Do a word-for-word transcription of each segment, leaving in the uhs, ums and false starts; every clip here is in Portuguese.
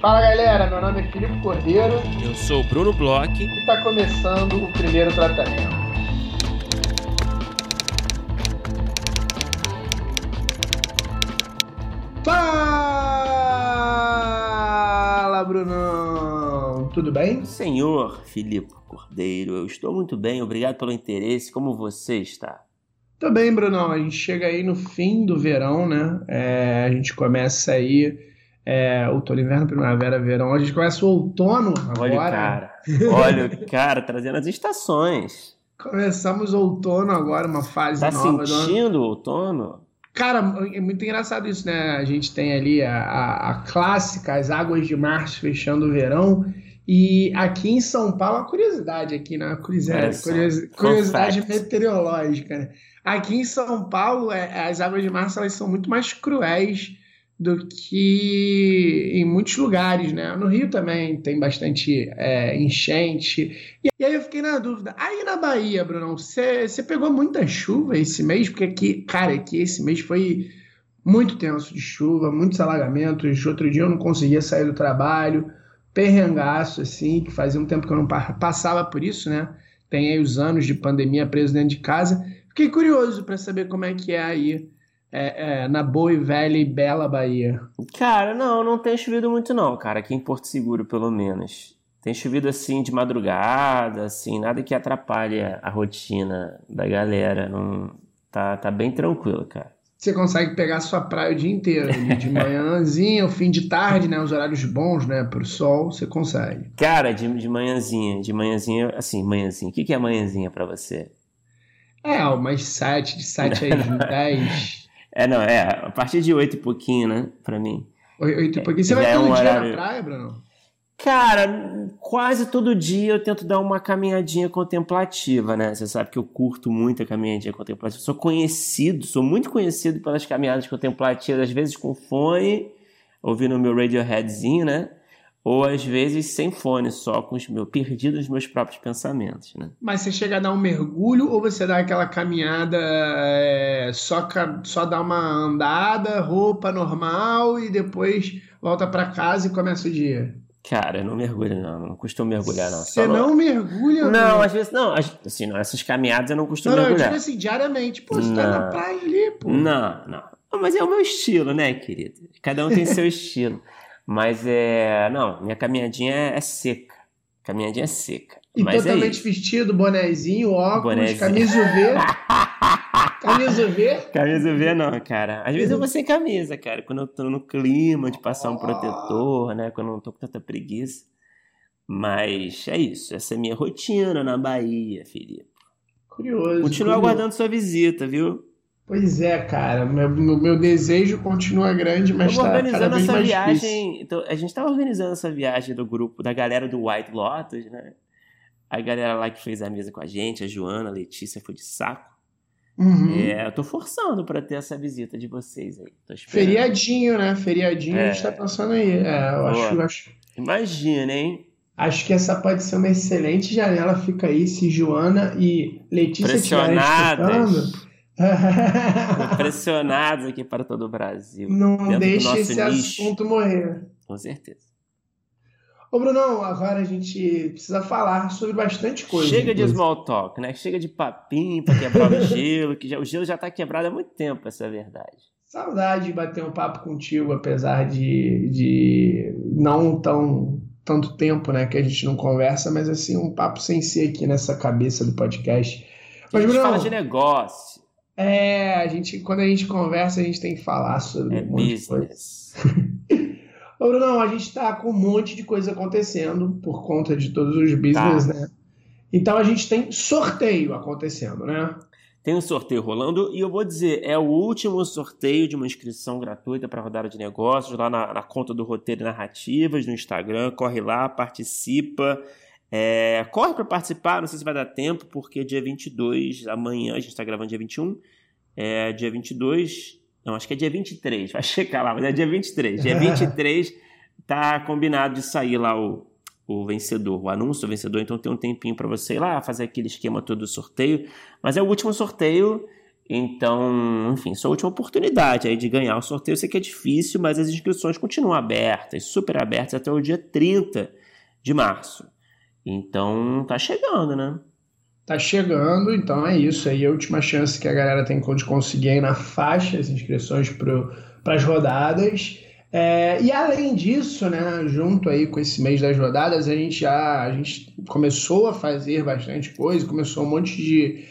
Fala galera, meu nome é Filipe Cordeiro. Eu sou o Bruno Bloch. E está começando o primeiro tratamento. Fala, Brunão! Tudo bem? Senhor Filipe Cordeiro, eu estou muito bem, obrigado pelo interesse. Como você está? Tô bem, Brunão. A gente chega aí no fim do verão, né? É, a gente começa aí é, outono, inverno, primavera, verão. A gente começa o outono agora. Olha o cara, olha o cara trazendo as estações. Começamos o outono agora, uma fase tá nova. Tá sentindo o outono? Cara, é muito engraçado isso, né? A gente tem ali a, a, a clássica, as águas de março fechando o verão. E aqui em São Paulo, a curiosidade aqui, né? Curiosidade, curiosidade, curiosidade meteorológica, né? Aqui em São Paulo, é, as águas de março elas são muito mais cruéis do que em muitos lugares, né? No Rio também tem bastante é, enchente. E, e aí eu fiquei na dúvida. Aí na Bahia, Brunão, você pegou muita chuva esse mês? Porque aqui, cara, aqui esse mês foi muito tenso de chuva, muitos alagamentos. Outro dia eu não conseguia sair do trabalho, perrengaço, assim, que fazia um tempo que eu não passava por isso, né? Tem aí os anos de pandemia preso dentro de casa. Fiquei curioso para saber como é que é aí é, é, na boa e velha e bela Bahia. Cara, não, não tem chovido muito não, cara, aqui em Porto Seguro, pelo menos. Tem chovido assim de madrugada, assim, nada que atrapalhe a rotina da galera. Não, tá, tá bem tranquilo, cara. Você consegue pegar a sua praia o dia inteiro, de manhãzinha, o fim de tarde, né? Os horários bons, né? Pro sol, você consegue. Cara, de, de manhãzinha, de manhãzinha, assim, manhãzinha. O que, que é manhãzinha pra você? É, umas sete, de sete às dez. É, não, é, a partir de oito e pouquinho, né, pra mim. Oito e pouquinho. Você é, vai todo é um dia horário... na praia, Bruno? Cara, quase todo dia eu tento dar uma caminhadinha contemplativa, né? Você sabe que eu curto muito a caminhadinha contemplativa. Sou conhecido, sou muito conhecido pelas caminhadas contemplativas, às vezes com fone, ouvindo o meu Radioheadzinho, né? Ou às vezes sem fone, só com os meus perdidos nos meus próprios pensamentos, né? Mas você chega a dar um mergulho ou você dá aquela caminhada, é, só, só dá uma andada, roupa normal e depois volta pra casa e começa o dia? Cara, eu não mergulho não, não costumo mergulhar não. Você não, não mergulha? Não, não, às vezes não, assim, não, essas caminhadas eu não costumo não, mergulhar. Não, eu digo assim, diariamente, pô, você não. Tá na praia ali, pô. Não, não, mas é o meu estilo, né, querido? Cada um tem seu estilo. Mas é, não, minha caminhadinha é seca, caminhadinha é seca. E mas totalmente é vestido, bonezinho, óculos, bonezinho. Camisa U V. Camisa U V? Camisa U V não, cara. Às vezes eu vou sem camisa, cara. Quando eu tô no clima de passar um protetor, né? Quando eu não tô com tanta preguiça. Mas é isso. Essa é a minha rotina na Bahia, Filipe. Curioso. Continuo curioso. aguardando sua visita, viu? Pois é, cara. Meu, meu, meu desejo continua grande, mas Estamos tá organizando cada vez essa mais viagem. Então, a gente tá organizando essa viagem do grupo, da galera do White Lotus, né? A galera lá que fez a mesa com a gente, a Joana, a Letícia, foi de saco. Uhum. É, eu tô forçando pra ter essa visita de vocês aí. Tô Feriadinho, né? Feriadinho é. A gente tá pensando aí. É, eu acho, acho. Imagina, hein? Acho que essa pode ser uma excelente janela. Fica aí, se Joana e Letícia estiverem escutando. Impressionados aqui para todo o Brasil. Não deixe esse nicho. assunto morrer. Com certeza. Ô, Brunão, agora a gente precisa falar sobre bastante coisa. Chega inclusive. de small talk, né? Chega de papinho para quebrar o gelo, que já, o gelo já tá quebrado há muito tempo, essa é a verdade. Saudade de bater um papo contigo, apesar de, de não tão tanto tempo, né, que a gente não conversa, mas assim, um papo sem ser aqui nessa cabeça do podcast. Mas, a gente Brunão, fala de negócio. É, a gente, quando a gente conversa, a gente tem que falar sobre é um monte business. de coisa. Ô, Brunão, a gente tá com um monte de coisa acontecendo por conta de todos os business, tá. né? Então a gente tem sorteio acontecendo, né? Tem um sorteio rolando e eu vou dizer, é o último sorteio de uma inscrição gratuita para a rodada de negócios lá na, na conta do Roteiro e Narrativas no Instagram. Corre lá, participa. É, corre para participar, não sei se vai dar tempo, porque dia vinte e dois, amanhã, a gente está gravando dia vinte e um, é dia vinte e dois, não, acho que é dia vinte e três, vai checar lá, mas é dia vinte e três. Dia vinte e três tá combinado de sair lá o, o vencedor, o anúncio do vencedor, então tem um tempinho para você ir lá fazer aquele esquema todo do sorteio, mas é o último sorteio Então, enfim, sua última oportunidade aí de ganhar o sorteio. Eu sei que é difícil, mas as inscrições continuam abertas, super abertas até o dia trinta de março. Então, tá chegando, né? Tá chegando, então é isso aí, a última chance que a galera tem de conseguir aí na faixa as inscrições para as rodadas. É, e além disso, né, junto aí com esse mês das rodadas, a gente já a gente começou a fazer bastante coisa, começou um monte de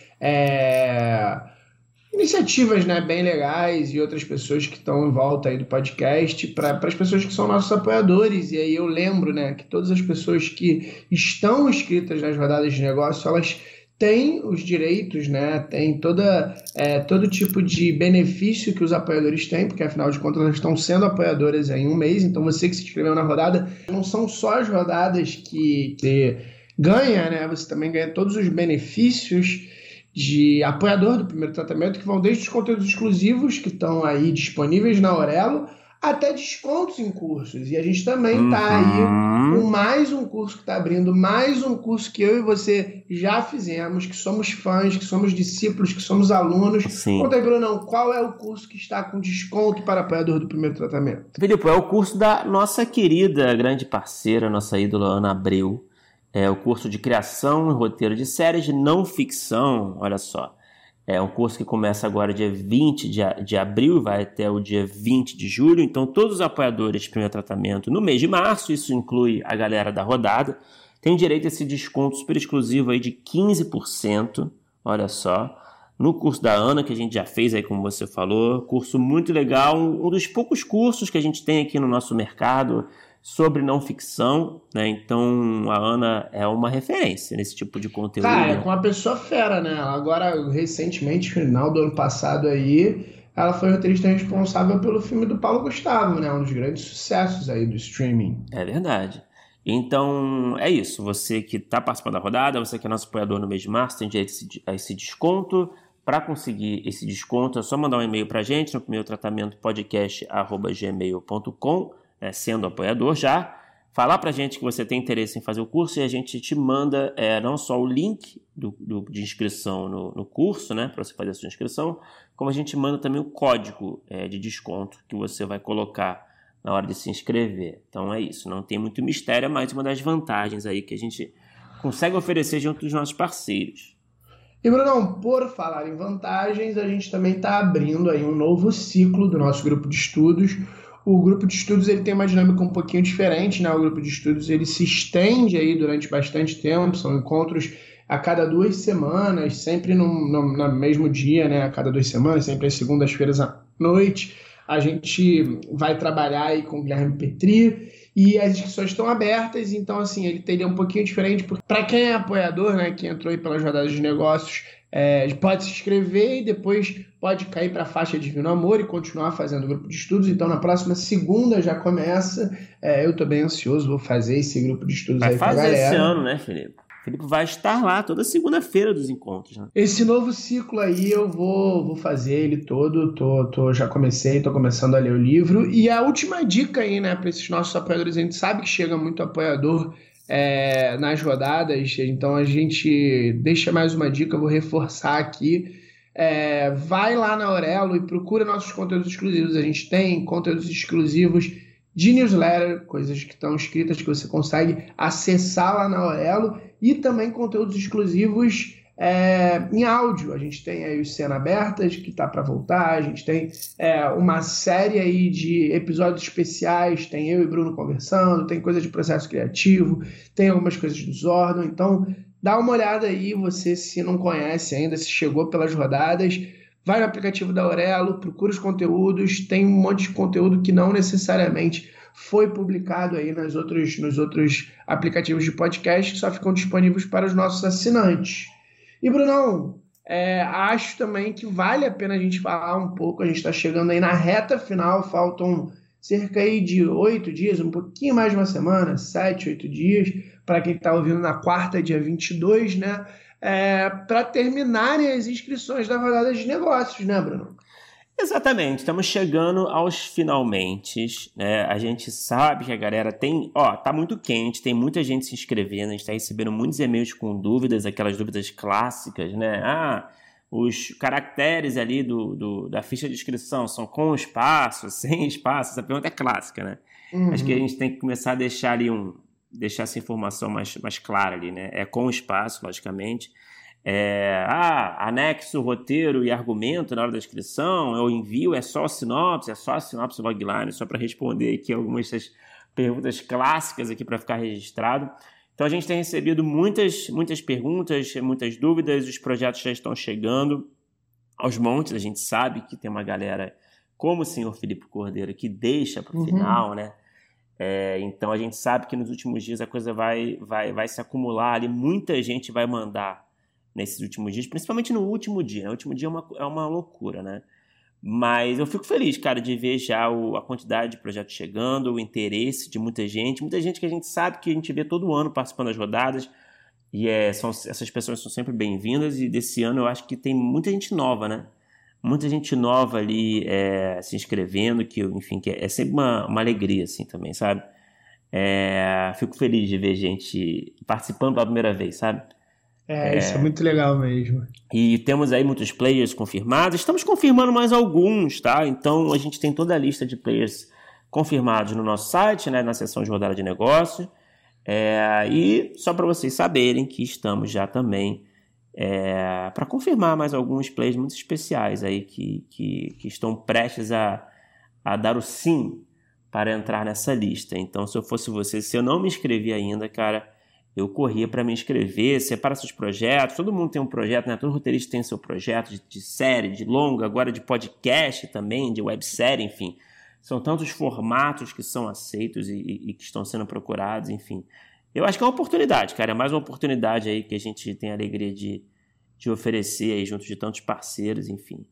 é, iniciativas, né, bem legais e outras pessoas que estão em volta aí do podcast para as pessoas que são nossos apoiadores. E aí eu lembro, né, que todas as pessoas que estão inscritas nas rodadas de negócio, elas têm os direitos, né, tem toda, é, todo tipo de benefício que os apoiadores têm, porque afinal de contas elas estão sendo apoiadoras em um mês. Então você que se inscreveu na rodada, não são só as rodadas que você ganha, né, você também ganha todos os benefícios de apoiador do Primeiro Tratamento, que vão desde os conteúdos exclusivos que estão aí disponíveis na Aurelo, até descontos em cursos. E a gente também está Uhum. aí com mais um curso que está abrindo, mais um curso que eu e você já fizemos, que somos fãs, que somos discípulos, que somos alunos. Sim. Conta aí, Brunão, qual é o curso que está com desconto para apoiador do Primeiro Tratamento? Filipe, é o curso da nossa querida, grande parceira, nossa ídola Ana Abreu. É o curso de criação e roteiro de séries de não ficção, olha só. É um curso que começa agora dia vinte de abril e vai até o dia vinte de julho. Então, todos os apoiadores de Primeiro Tratamento no mês de março, isso inclui a galera da rodada, tem direito a esse desconto super exclusivo aí de quinze por cento, olha só. No curso da Ana, que a gente já fez aí, como você falou, curso muito legal, um dos poucos cursos que a gente tem aqui no nosso mercado sobre não ficção, né? Então a Ana é uma referência nesse tipo de conteúdo. Cara, é com uma pessoa fera, né? Agora, recentemente, final do ano passado aí, ela foi roteirista responsável pelo filme do Paulo Gustavo, né? Um dos grandes sucessos aí do streaming. É verdade. Então, é isso. Você que está participando da rodada, você que é nosso apoiador no mês de março, tem direito a esse desconto. Para conseguir esse desconto, é só mandar um e-mail para a gente no primeiro tratamento podcast arroba gmail ponto com, né, sendo apoiador já. Falar para a gente que você tem interesse em fazer o curso e a gente te manda é, não só o link do, do, de inscrição no, no curso, né, para você fazer a sua inscrição, como a gente manda também o código é, de desconto que você vai colocar na hora de se inscrever. Então é isso, não tem muito mistério, é mais uma das vantagens aí que a gente consegue oferecer junto dos nossos parceiros. E, Brunão, por falar em vantagens, a gente também está abrindo aí um novo ciclo do nosso grupo de estudos. O grupo de estudos ele tem uma dinâmica um pouquinho diferente, né? O grupo de estudos ele se estende aí durante bastante tempo, são encontros a cada duas semanas, sempre no, no, no mesmo dia, né? A cada duas semanas, sempre às segundas-feiras à noite. A gente vai trabalhar aí com o Guilherme Petri e as inscrições estão abertas, então assim, ele teria um pouquinho diferente, porque para quem é apoiador, né, que entrou aí pelas rodadas de negócios, é, pode se inscrever e depois pode cair para a faixa Divino Amor e continuar fazendo o grupo de estudos. Então na próxima segunda já começa, é, eu estou bem ansioso, vou fazer esse grupo de estudos vai aí para a galera. Vai fazer esse ano, né, Felipe? Felipe vai estar lá toda segunda-feira dos encontros, né? Esse novo ciclo aí eu vou, vou fazer ele todo, tô, tô, já comecei, tô começando a ler o livro. E a última dica aí, né, para esses nossos apoiadores, a gente sabe que chega muito apoiador é, nas rodadas, então a gente deixa mais uma dica, eu vou reforçar aqui. É, vai lá na Aurelo e procura nossos conteúdos exclusivos. A gente tem conteúdos exclusivos de newsletter, coisas que estão escritas que você consegue acessar lá na Aurelo, e também conteúdos exclusivos é, em áudio. A gente tem aí os Cena Abertas, que está para voltar, a gente tem é, uma série aí de episódios especiais, tem eu e Bruno conversando, tem coisa de processo criativo, tem algumas coisas do Zordon, então dá uma olhada aí, você se não conhece ainda, se chegou pelas rodadas, vai no aplicativo da Aurelo, procura os conteúdos, tem um monte de conteúdo que não necessariamente foi publicado aí nas outros, nos outros aplicativos de podcast que só ficam disponíveis para os nossos assinantes. E, Brunão, é, acho também que vale a pena a gente falar um pouco, a gente está chegando aí na reta final, faltam cerca aí de oito dias, um pouquinho mais de uma semana, sete, oito dias, para quem está ouvindo na quarta, dia vinte e dois, né? É, para terminarem as inscrições da rodada de negócios, né, Bruno? Exatamente, estamos chegando aos finalmente, né? A gente sabe que a galera tem, ó, tá muito quente, tem muita gente se inscrevendo, a gente está recebendo muitos e-mails com dúvidas, aquelas dúvidas clássicas, né? Ah, os caracteres ali do, do, da ficha de inscrição são com espaço, sem espaço? Essa pergunta é clássica, né? Uhum. Acho que a gente tem que começar a deixar ali um, deixar essa informação mais, mais clara ali, né? É com espaço, logicamente. É, ah, anexo, roteiro e argumento na hora da inscrição, eu envio, é só a sinopse, é só a sinopse logline, só para responder aqui algumas dessas perguntas clássicas aqui para ficar registrado. Então a gente tem recebido muitas, muitas perguntas, muitas dúvidas, os projetos já estão chegando aos montes, a gente sabe que tem uma galera como o senhor Felipe Cordeiro que deixa para o uhum. final, né? É, então a gente sabe que nos últimos dias a coisa vai, vai, vai se acumular ali, muita gente vai mandar nesses últimos dias, principalmente no último dia. O último dia é uma, é uma loucura, né? Mas eu fico feliz, cara, de ver já o, a quantidade de projetos chegando, o interesse de muita gente, muita gente que a gente sabe que a gente vê todo ano participando das rodadas, e é, são, essas pessoas são sempre bem-vindas, e desse ano eu acho que tem muita gente nova, né? Muita gente nova ali é, se inscrevendo, que, enfim, que é, é sempre uma, uma alegria, assim, também, sabe? É, fico feliz de ver gente participando pela primeira vez, sabe? É, isso é, é muito legal mesmo. E temos aí muitos players confirmados. Estamos confirmando mais alguns, tá? Então a gente tem toda a lista de players confirmados no nosso site, né? Na seção de rodada de negócio. É, e só para vocês saberem que estamos já também é, para confirmar mais alguns players muito especiais aí que, que, que estão prestes a, a dar o sim para entrar nessa lista. Então, se eu fosse você, se eu não me inscrevi ainda, cara, eu corria para me inscrever, separa seus projetos, todo mundo tem um projeto, né? Todo roteirista tem seu projeto de, de série, de longa, agora de podcast também, de websérie, enfim. São tantos formatos que são aceitos e, e, e que estão sendo procurados, enfim. Eu acho que é uma oportunidade, cara, é mais uma oportunidade aí que a gente tem a alegria de, de oferecer aí junto de tantos parceiros, enfim.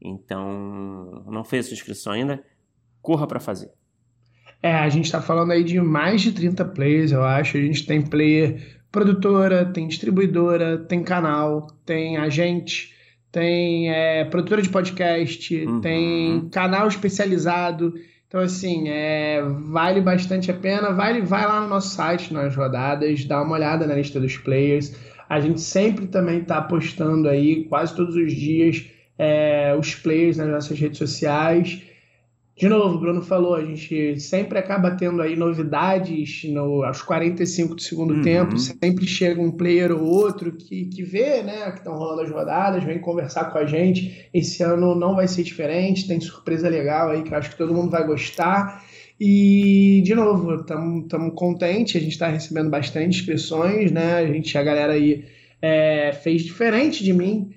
Então, não fez a sua inscrição ainda? Corra para fazer. É, a gente está falando aí de mais de trinta players, eu acho. A gente tem player produtora, tem distribuidora, tem canal, tem agente, tem é, produtora de podcast, uhum. tem canal especializado. Então, assim, é, vale bastante a pena. Vale, vai lá no nosso site, nas rodadas, dá uma olhada na lista dos players. A gente sempre também está postando aí, quase todos os dias, é, os players nas nossas redes sociais. De novo, o Bruno falou, a gente sempre acaba tendo aí novidades no, aos quarenta e cinco do segundo uhum. tempo, sempre chega um player ou outro que, que vê, né, que estão rolando as rodadas, vem conversar com a gente. Esse ano não vai ser diferente, tem surpresa legal aí que eu acho que todo mundo vai gostar. E, de novo, estamos contentes, a gente está recebendo bastante inscrições, né, a gente, a galera aí é, fez diferente de mim.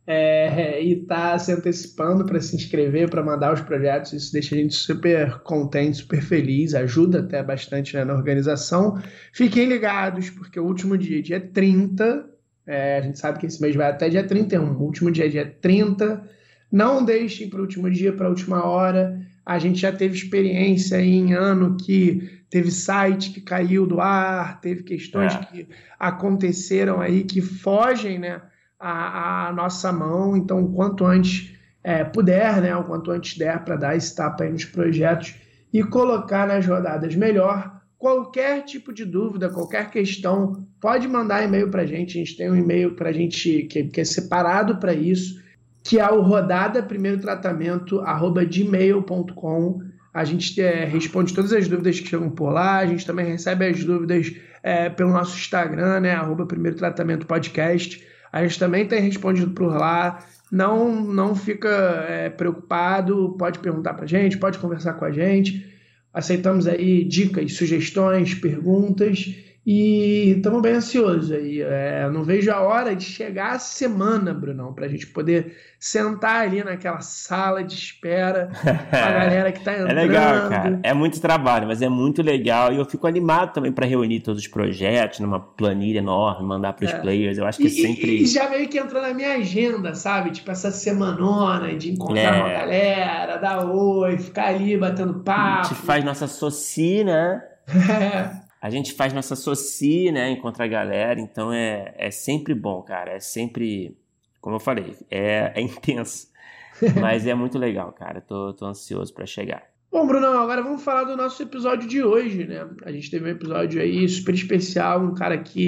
É, e está se antecipando para se inscrever, para mandar os projetos. Isso deixa a gente super contente, super feliz, ajuda até bastante, né, na organização. Fiquem ligados, porque o último dia, dia trinta, é, a gente sabe que esse mês vai até dia trinta e um, o último dia é dia trinta. Não deixem para o último dia, para a última hora. A gente já teve experiência em ano que teve site que caiu do ar, teve questões é. que aconteceram aí que fogem, né, A, a nossa mão. Então, o quanto antes é, puder, né, o quanto antes der para dar esse tapa aí nos projetos e colocar nas rodadas melhor. Qualquer tipo de dúvida, qualquer questão, pode mandar e-mail para a gente. A gente tem um e-mail para a gente que, que é separado para isso, que é o rodada primeiro tratamento arroba gmail ponto com. A gente é, responde todas as dúvidas que chegam por lá. A gente também recebe as dúvidas é, pelo nosso Instagram, né, arroba primeiro tratamento podcast. A gente também tem respondido por lá. Não, não fica é, preocupado, pode perguntar para a gente, pode conversar com a gente. Aceitamos aí dicas, sugestões, perguntas e estamos bem ansiosos aí. É, não vejo a hora de chegar a semana, Brunão, para a gente poder sentar ali naquela sala de espera com a galera que está entrando. É legal, cara. É muito trabalho, mas é muito legal. E eu fico animado também para reunir todos os projetos numa planilha enorme, mandar para os é. players. Eu acho que e, sempre... E já meio que entrou na minha agenda, sabe? Tipo, essa semanona de encontrar é. uma galera, dar oi, ficar ali batendo papo. A gente faz nossa soci, né? É. A gente faz nossa soci, né? Encontra a galera. Então é, é sempre bom, cara. É sempre... Como eu falei, é, é intenso, mas é muito legal, cara. Tô, tô ansioso para chegar. Bom, Brunão, agora vamos falar do nosso episódio de hoje, né? A gente teve um episódio aí super especial, um cara que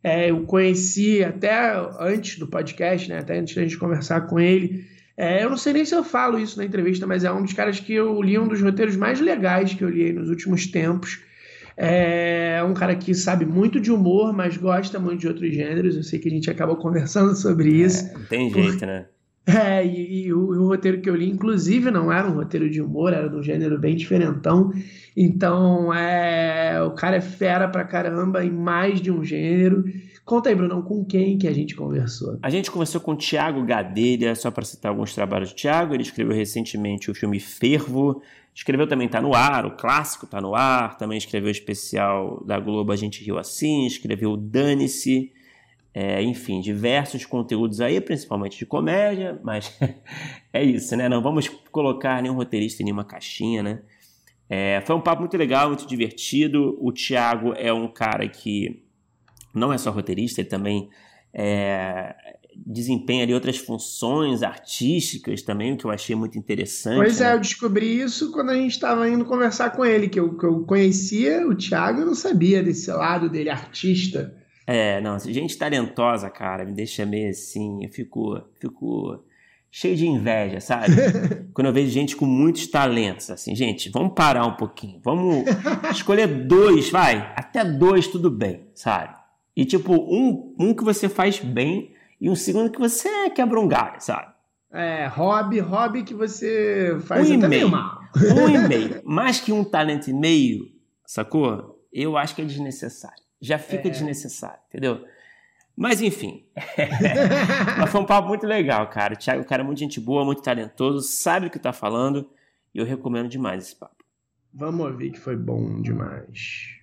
É, eu conheci até antes do podcast, né? Até antes da gente conversar com ele. É, eu não sei nem se eu falo isso na entrevista, mas é um dos caras que eu li, um dos roteiros mais legais que eu li aí nos últimos tempos. É um cara que sabe muito de humor, mas gosta muito de outros gêneros. Eu sei que a gente acabou conversando sobre isso. É, não tem Por... jeito, né? É, e, e o, e o roteiro que eu li, inclusive, não era um roteiro de humor, era de um gênero bem diferentão. Então, é, o cara é fera pra caramba em mais de um gênero. Conta aí, Brunão, com quem que a gente conversou? A gente conversou com o Thiago Gadelha, só para citar alguns trabalhos do Thiago. Ele escreveu recentemente o filme Fervo. Escreveu também Tá No Ar, o clássico Tá No Ar. Também escreveu o especial da Globo A Gente Riu Assim. Escreveu Dane-se. É, enfim, diversos conteúdos aí, principalmente de comédia. Mas é isso, né? Não vamos colocar nenhum roteirista em nenhuma caixinha, né? É, foi um papo muito legal, muito divertido. O Thiago é um cara que não é só roteirista, ele também é, desempenha ali outras funções artísticas também, o que eu achei muito interessante, Pois é, eu né? descobri isso quando a gente estava indo conversar com ele, que eu, que eu conhecia o Thiago e não sabia desse lado dele, artista. É, não, gente talentosa, cara, me deixa meio assim, eu fico, fico cheio de inveja, sabe? Quando eu vejo gente com muitos talentos, assim, gente, vamos parar um pouquinho, vamos escolher dois, vai, até dois tudo bem, sabe? E tipo, um, um que você faz bem e um segundo que você quebra um galho, sabe? É, hobby, hobby que você Um faz e até meio meio, mal. um e meio, mais que um talento e meio, sacou? Eu acho que é desnecessário, já fica É. desnecessário, entendeu? Mas enfim, mas foi um papo muito legal, cara. O Thiago é um cara muito gente boa, muito talentoso, sabe o que tá falando e eu recomendo demais esse papo. Vamos ouvir que foi bom demais.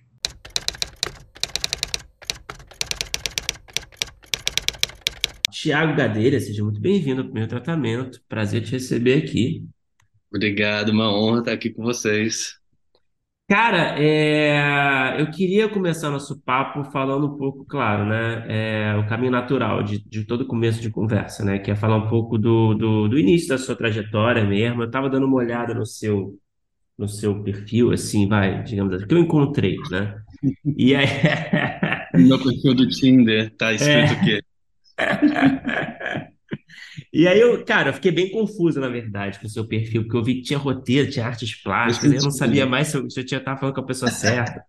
Tiago Gadelha, seja muito bem-vindo ao Primeiro Tratamento. Prazer te receber aqui. Obrigado, uma honra estar aqui com vocês. Cara, é, eu queria começar nosso papo falando um pouco, claro, né? É, o caminho natural de, de todo começo de conversa, né? Que é falar um pouco do, do, do início da sua trajetória mesmo. Eu estava dando uma olhada no seu, no seu perfil, assim, vai, digamos assim, que eu encontrei, né? E aí. No meu perfil do Tinder tá escrito o É. quê? E aí eu, cara, eu fiquei bem confuso, na verdade, com o seu perfil, porque eu vi que tinha roteiro, tinha artes plásticas, e eu não sabia mais se eu, se eu tinha estava falando com a pessoa certa.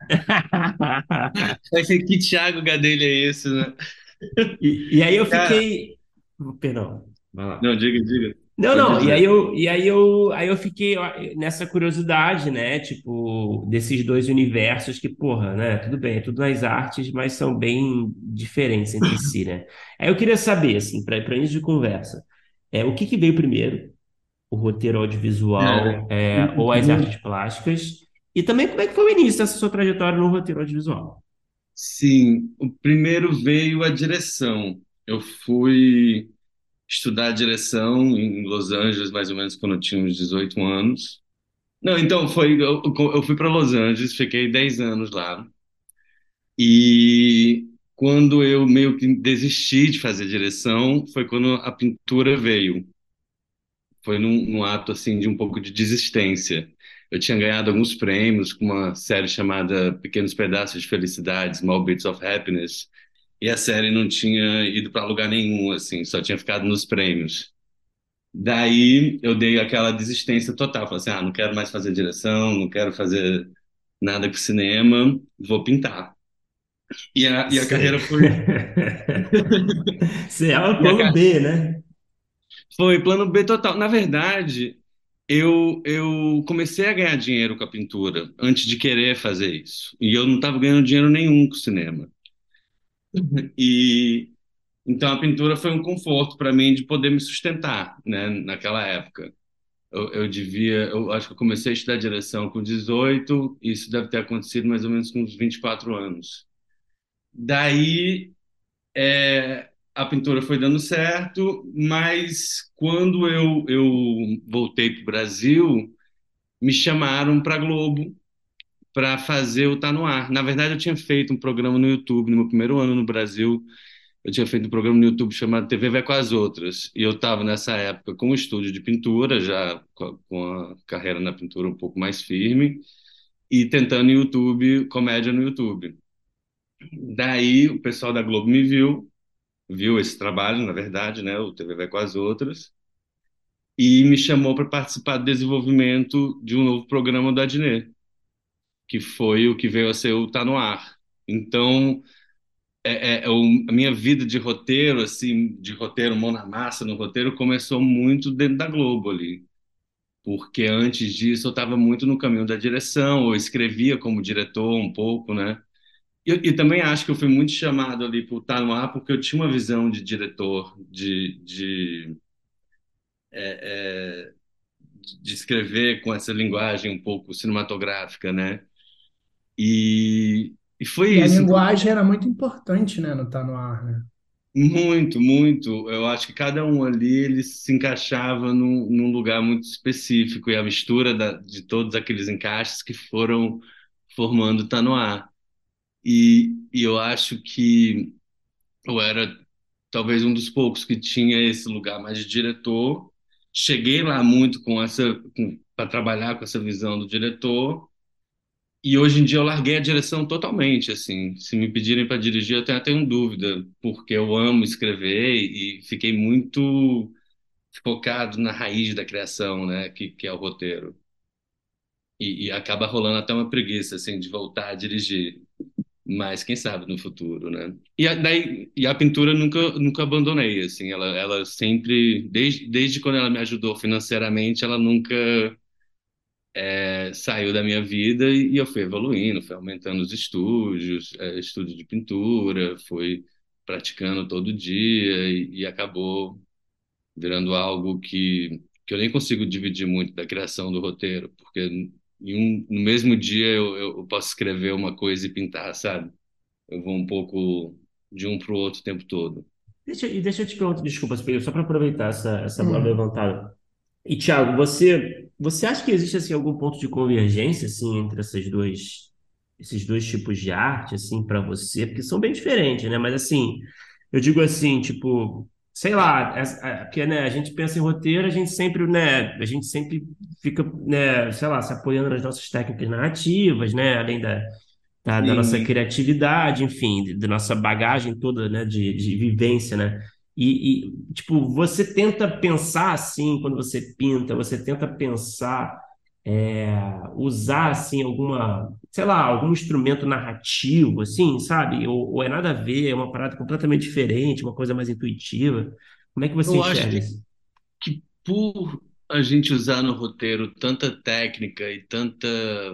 Que Thiago Gadelha é esse, né? E, e aí eu Cara, fiquei. Perdão, vai lá. não, diga, diga. Não, Pode não, e aí dizer. eu, e aí eu, aí eu fiquei ó, nessa curiosidade, né? Tipo, desses dois universos que, porra, né? Tudo bem, é tudo nas artes, mas são bem diferentes entre si, né? Aí eu queria saber, assim, para início de conversa, é, o que que veio primeiro? O roteiro Cara, audiovisual, é, o, o ou as primeiro, artes plásticas? E também como é que foi o início dessa sua trajetória no roteiro audiovisual? sim, o primeiro veio a direção. Eu fui estudar direção em Los Angeles, mais ou menos quando eu tinha uns dezoito anos. Não, então foi, eu, eu fui para Los Angeles, fiquei dez anos lá. E quando eu meio que desisti de fazer direção, foi quando a pintura veio. Foi num, num ato assim de um pouco de desistência. Eu tinha ganhado alguns prêmios com uma série chamada Pequenos Pedaços de Felicidade, Small Bits of Happiness, e a série não tinha ido para lugar nenhum, assim, só tinha ficado nos prêmios. Daí eu dei aquela desistência total, falei assim, ah, não quero mais fazer direção, não quero fazer nada com cinema, vou pintar. E a, e a Sei. carreira foi Sei, é o E a plano ca- B, né? Foi plano B total. Na verdade, eu, eu comecei a ganhar dinheiro com a pintura antes de querer fazer isso. E eu não estava ganhando dinheiro nenhum com o cinema. E então a pintura foi um conforto para mim de poder me sustentar, né, naquela época. Eu, eu devia, eu acho que eu comecei a estudar direção com dezoito, e isso deve ter acontecido mais ou menos com uns vinte e quatro anos. Daí é, a pintura foi dando certo, mas quando eu, eu voltei para o Brasil, me chamaram para a Globo para fazer o Tá No Ar. Na verdade, eu tinha feito um programa no YouTube, no meu primeiro ano no Brasil, eu tinha feito um programa no YouTube chamado T V Vai com as Outras, e eu estava nessa época com um estúdio de pintura, já com a, com a carreira na pintura um pouco mais firme, e tentando YouTube, comédia no YouTube. Daí o pessoal da Globo me viu, viu esse trabalho, na verdade, né? O T V Vai com as outras, e me chamou para participar do desenvolvimento de um novo programa da Adnet, que foi o que veio a ser o Tá No Ar. Então, é, é, é o- a minha vida de roteiro, assim, de roteiro, mão na massa no roteiro, começou muito dentro da Globo ali. Porque antes disso eu estava muito no caminho da direção, eu escrevia como diretor um pouco, né? E, e também acho que eu fui muito chamado ali por estar no ar, porque eu tinha uma visão de diretor, de, de, de escrever com essa linguagem um pouco cinematográfica, né? E, e foi E a isso. Então, linguagem era muito importante, né, no Tá No Ar, né? muito, muito. Eu acho que cada um ali ele se encaixava num, num lugar muito específico e a mistura da- de todos aqueles encaixes que foram formando Tá No Ar. E, e eu acho que eu era talvez um dos poucos que tinha esse lugar mais de diretor. Cheguei lá muito com essa, para trabalhar com essa visão do diretor. E hoje em dia eu larguei a direção totalmente, assim. Se me pedirem para dirigir, eu até tenho dúvida, porque eu amo escrever e fiquei muito focado na raiz da criação, né, que, que é o roteiro. E, e acaba rolando até uma preguiça, assim, de voltar a dirigir. Mas quem sabe no futuro, né? E a, daí, e a pintura nunca, nunca abandonei, assim. Ela, ela sempre, desde, desde quando ela me ajudou financeiramente, ela nunca é, saiu da minha vida e, e eu fui evoluindo, fui aumentando os estúdios, é, estúdio de pintura, fui praticando todo dia e, e acabou virando algo que, que eu nem consigo dividir muito da criação do roteiro, porque em um, no mesmo dia eu, eu posso escrever uma coisa e pintar, sabe? Eu vou um pouco de um para o outro o tempo todo. Deixa, e deixa eu te perguntar, desculpa, Pedro, só para aproveitar essa, essa bola Hum. levantada. E, Thiago, você, você acha que existe assim, algum ponto de convergência assim, entre essas duas, esses dois tipos de arte assim, para você? Porque são bem diferentes, né? Mas assim, eu digo assim, tipo, sei lá, é- é- porque né, a gente pensa em roteiro, a gente sempre, né, a gente sempre fica, né, sei lá, se apoiando nas nossas técnicas narrativas, né, além da, da, da nossa Sim, criatividade, enfim, da nossa bagagem toda, né, de, de vivência, né? E, e, tipo, você tenta pensar assim, quando você pinta, você tenta pensar, é, usar, assim, alguma, sei lá, algum instrumento narrativo, assim, sabe? Ou, ou é nada a ver, é uma parada completamente diferente, uma coisa mais intuitiva. Como é que você eu acho enxerga que, isso? que por a gente usar no roteiro tanta técnica e tanta.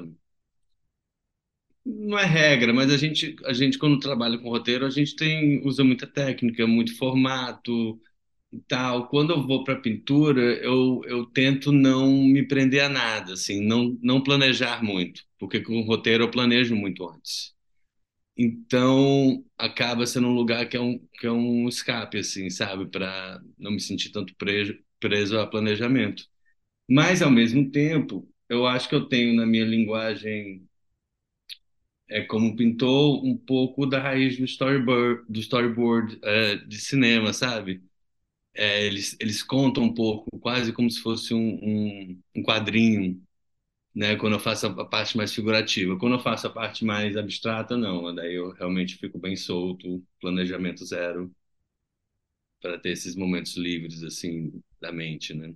Não é regra, mas a gente, a gente quando trabalha com roteiro, a gente tem, usa muita técnica, muito formato e tal. Quando eu vou para pintura, eu, eu tento não me prender a nada, assim, não, não planejar muito, porque com o roteiro eu planejo muito antes. Então, acaba sendo um lugar que é um, que é um escape, assim, sabe? Para não me sentir tanto preso, preso a planejamento. Mas, ao mesmo tempo, eu acho que eu tenho na minha linguagem, é, como pintor, um pouco da raiz do storyboard, do storyboard, é, de cinema, sabe? É, eles, eles contam um pouco, quase como se fosse um, um, um quadrinho, né? Quando eu faço a parte mais figurativa. Quando eu faço a parte mais abstrata, não. Daí eu realmente fico bem solto, planejamento zero, para ter esses momentos livres, assim, da mente, né?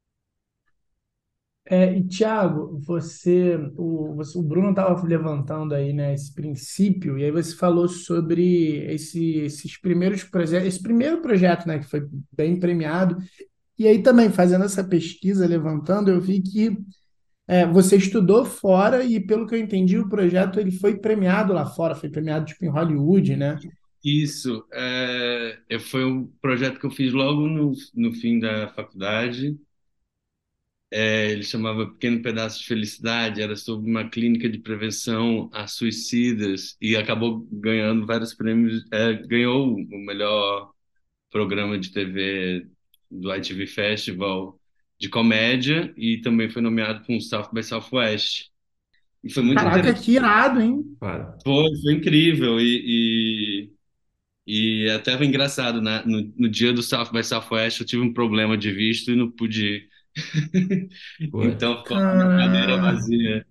É, e Thiago, você, o, você, o Bruno estava levantando aí, né, esse princípio, e aí você falou sobre esse, esses primeiros projetos, esse primeiro projeto, né, que foi bem premiado, e aí também fazendo essa pesquisa, levantando, eu vi que é, você estudou fora e, pelo que eu entendi, o projeto ele foi premiado lá fora, foi premiado tipo em Hollywood, né? Isso, é, eu- foi um projeto que eu fiz logo no, no fim da faculdade. É, ele chamava Pequeno Pedaço de Felicidade, era sobre uma clínica de prevenção a suicidas e acabou ganhando vários prêmios. É, ganhou o melhor programa de T V do I T V Festival de comédia e também foi nomeado para um South by Southwest. E foi muito Caraca, interessante. que irado, hein? Claro. Foi, foi incrível e, e, e até foi engraçado, né? No, no dia do South by Southwest eu tive um problema de visto e não pude ir. Pô, Então ficou lá na cadeira Cara, vazia.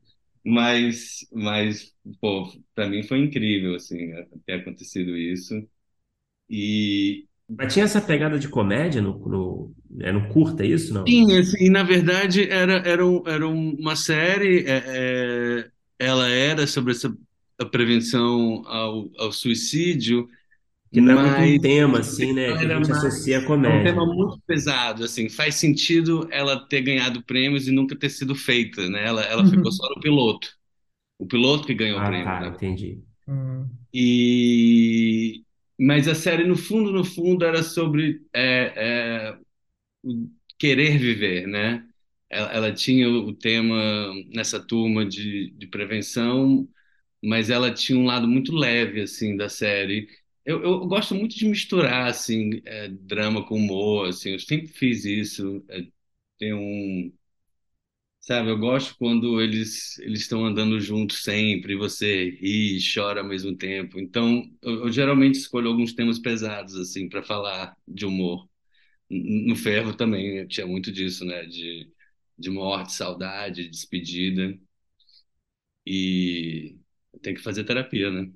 Mas, mas, pô, para mim foi incrível, assim, ter acontecido isso. E, Mas tinha essa pegada de comédia no, no, é no curta, é isso, não? sim, assim, na verdade, era, era, um- era uma série, é, é, ela era sobre essa a prevenção ao, ao suicídio, Que não é muito um mas tema, assim, né, ela que a era gente associa à mais. É um comédia. tema muito pesado, assim, faz sentido ela ter ganhado prêmios e nunca ter sido feita, né? Ela, ela ficou só no piloto. O piloto que ganhou o Ah, prêmio, tá, né? entendi. Hum. E... Mas a série, no fundo, no fundo, era sobre é, é, o querer viver, né? Ela, ela tinha o tema nessa turma de, de prevenção, mas ela tinha um lado muito leve, assim, da série. Eu, eu gosto muito de misturar, assim, é, drama com humor, assim, eu sempre fiz isso. É, tem um... Sabe, eu gosto quando eles eles estão andando juntos sempre, e você ri e chora ao mesmo tempo. Então, eu, eu geralmente escolho alguns temas pesados, assim, para falar de humor. N- No Fervo também tinha muito disso, né? De, de morte, saudade, despedida. E tem que fazer terapia, né?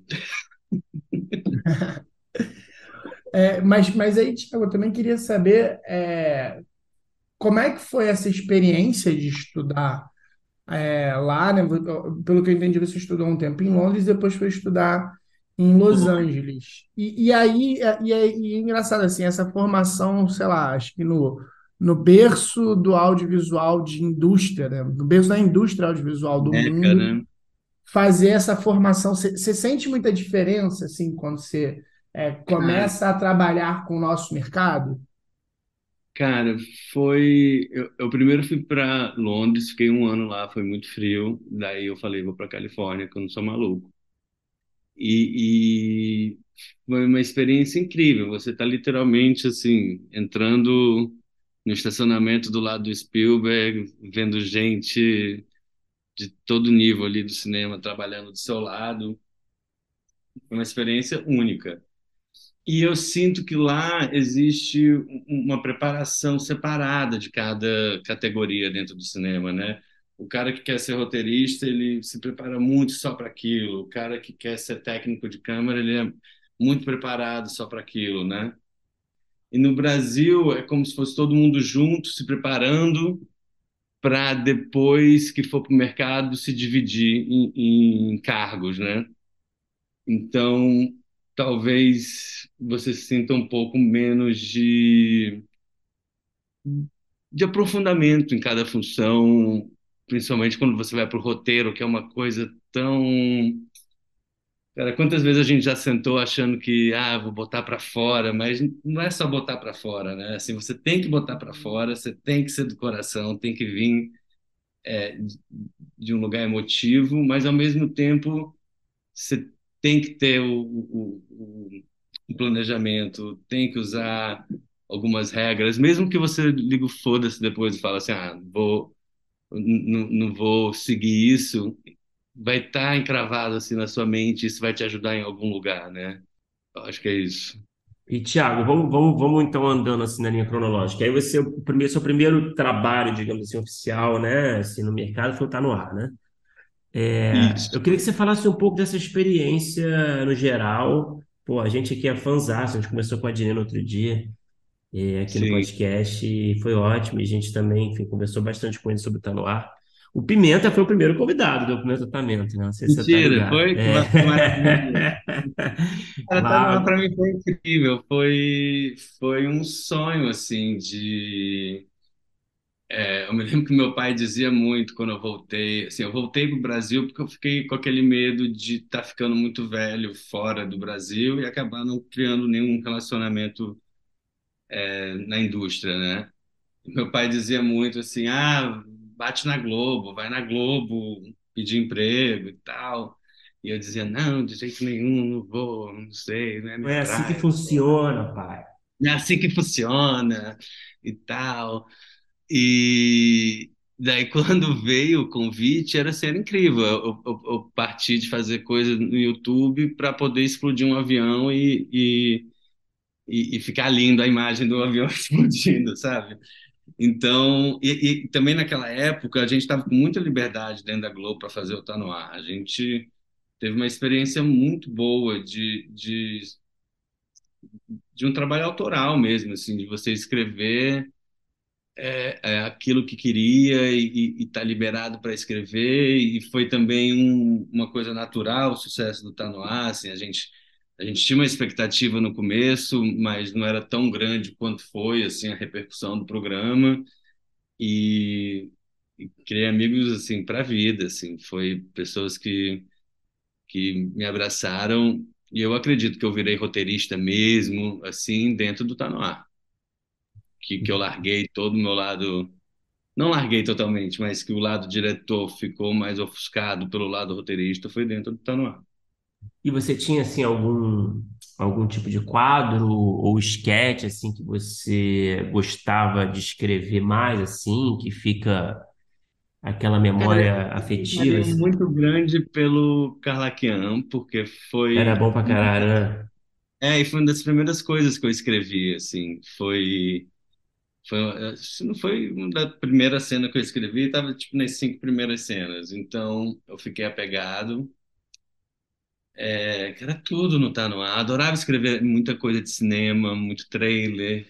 É, mas, mas aí, Thiago, eu também queria saber é, como é que foi essa experiência de estudar é, lá, né? Pelo que eu entendi, você estudou um tempo em Londres e depois foi estudar em Los Angeles. E, e aí, é- e é, e é engraçado assim, essa formação, sei lá, acho que no, no berço do audiovisual de indústria, né? No berço da indústria audiovisual do Meca, mundo, né? fazer essa formação. Você você sente muita diferença assim quando você é, Cara, começa a trabalhar com o nosso mercado? cara, foi. Eu, eu primeiro fui para Londres, fiquei um ano lá, foi muito frio. Daí eu falei, vou para Califórnia, que eu não sou maluco. E, e foi uma experiência incrível. Você está literalmente assim entrando no estacionamento do lado do Spielberg, vendo gente de todo nível ali do cinema trabalhando do seu lado. Foi uma experiência única. E eu sinto que lá existe um- uma preparação separada de cada categoria dentro do cinema, né? O cara que quer ser roteirista, ele se prepara muito só para aquilo. O cara que quer ser técnico de câmera, ele é muito preparado só para aquilo, né? E no Brasil é como se fosse todo mundo junto, se preparando para depois que for para o mercado se dividir em, em cargos, né? Então, talvez você sinta um pouco menos de, de aprofundamento em cada função, principalmente quando você vai para o roteiro, que é uma coisa tão. Cara, quantas vezes a gente já sentou achando que, ah, vou botar para fora, mas não é só botar para fora, né? Assim, você tem que botar para fora, você tem que ser do coração, tem que vir é, de de um lugar emotivo, mas ao mesmo tempo você tem que ter o, o, o, o planejamento, tem que usar algumas regras, mesmo que você liga o foda-se depois e fala assim, ah, vou, não, não vou seguir isso, vai estar encravado assim na sua mente, isso vai te ajudar em algum lugar, né? Eu acho que é isso. E, Thiago, vamos, vamos, vamos então andando assim na linha cronológica. Aí você, o primeiro, seu primeiro trabalho, digamos assim, oficial, né, assim, no mercado foi o Tá No Ar, né? É, Isso. eu queria que você falasse um pouco dessa experiência no geral. Pô, a gente aqui é fãzaço, a gente começou com a Dina no outro dia, é, aqui no Sim. podcast, e foi ótimo, e a gente também, enfim, conversou bastante com ele sobre o Tá No Ar. O Pimenta foi o primeiro convidado do Pimenta Tratamento, né? Não sei se você tá Mentira, ligado. foi? Que É. ma- que maravilha. Cara, tá no ar Lá, para mim foi incrível. Foi, foi um sonho, assim, de. É, eu me lembro que meu pai dizia muito quando eu voltei. Assim, eu voltei para o Brasil porque eu fiquei com aquele medo de estar ficando muito velho fora do Brasil e acabar não criando nenhum relacionamento, é, na indústria, né? Meu pai dizia muito assim: ah, bate na Globo, vai na Globo pedir emprego e tal. E eu dizia: não, de jeito nenhum, não vou, não sei, não é não minha é assim que praia. funciona, pai. Não é assim que funciona e tal. E daí, quando veio o convite, era ser incrível. Eu, eu, eu parti de fazer coisa no YouTube para poder explodir um avião e, e, e, e ficar lindo a imagem do avião explodindo, sabe? Então, e, e também naquela época a gente estava com muita liberdade dentro da Globo para fazer o Tá No Ar. A gente teve uma experiência muito boa de, de, de um trabalho autoral mesmo, assim, de você escrever é, é, aquilo que queria e estar liberado para escrever. E foi também um, uma coisa natural o sucesso do Tá No Ar. Assim, a gente, a gente tinha uma expectativa no começo, mas não era tão grande quanto foi assim a repercussão do programa. E, e criei amigos assim para a vida, assim, foi pessoas que que me abraçaram e eu acredito que eu virei roteirista mesmo, assim, dentro do Tá No Ar, que que eu larguei todo o meu lado, não larguei totalmente, mas que o lado diretor ficou mais ofuscado pelo lado roteirista foi dentro do Tá No Ar. E você tinha assim algum algum tipo de quadro ou esquete assim que você gostava de escrever mais assim, que fica aquela Cara, memória eu tenho um afetiva carinho assim? muito grande pelo Carlaquian, porque Era foi bom pra caralho, né? é, e foi uma das primeiras coisas que eu escrevi, assim, foi Foi, se não foi uma da primeira cena que eu escrevi, estava tipo nas cinco primeiras cenas. Então eu fiquei apegado. É, que era tudo no Tá No Ar. Adorava escrever muita coisa de cinema, muito trailer,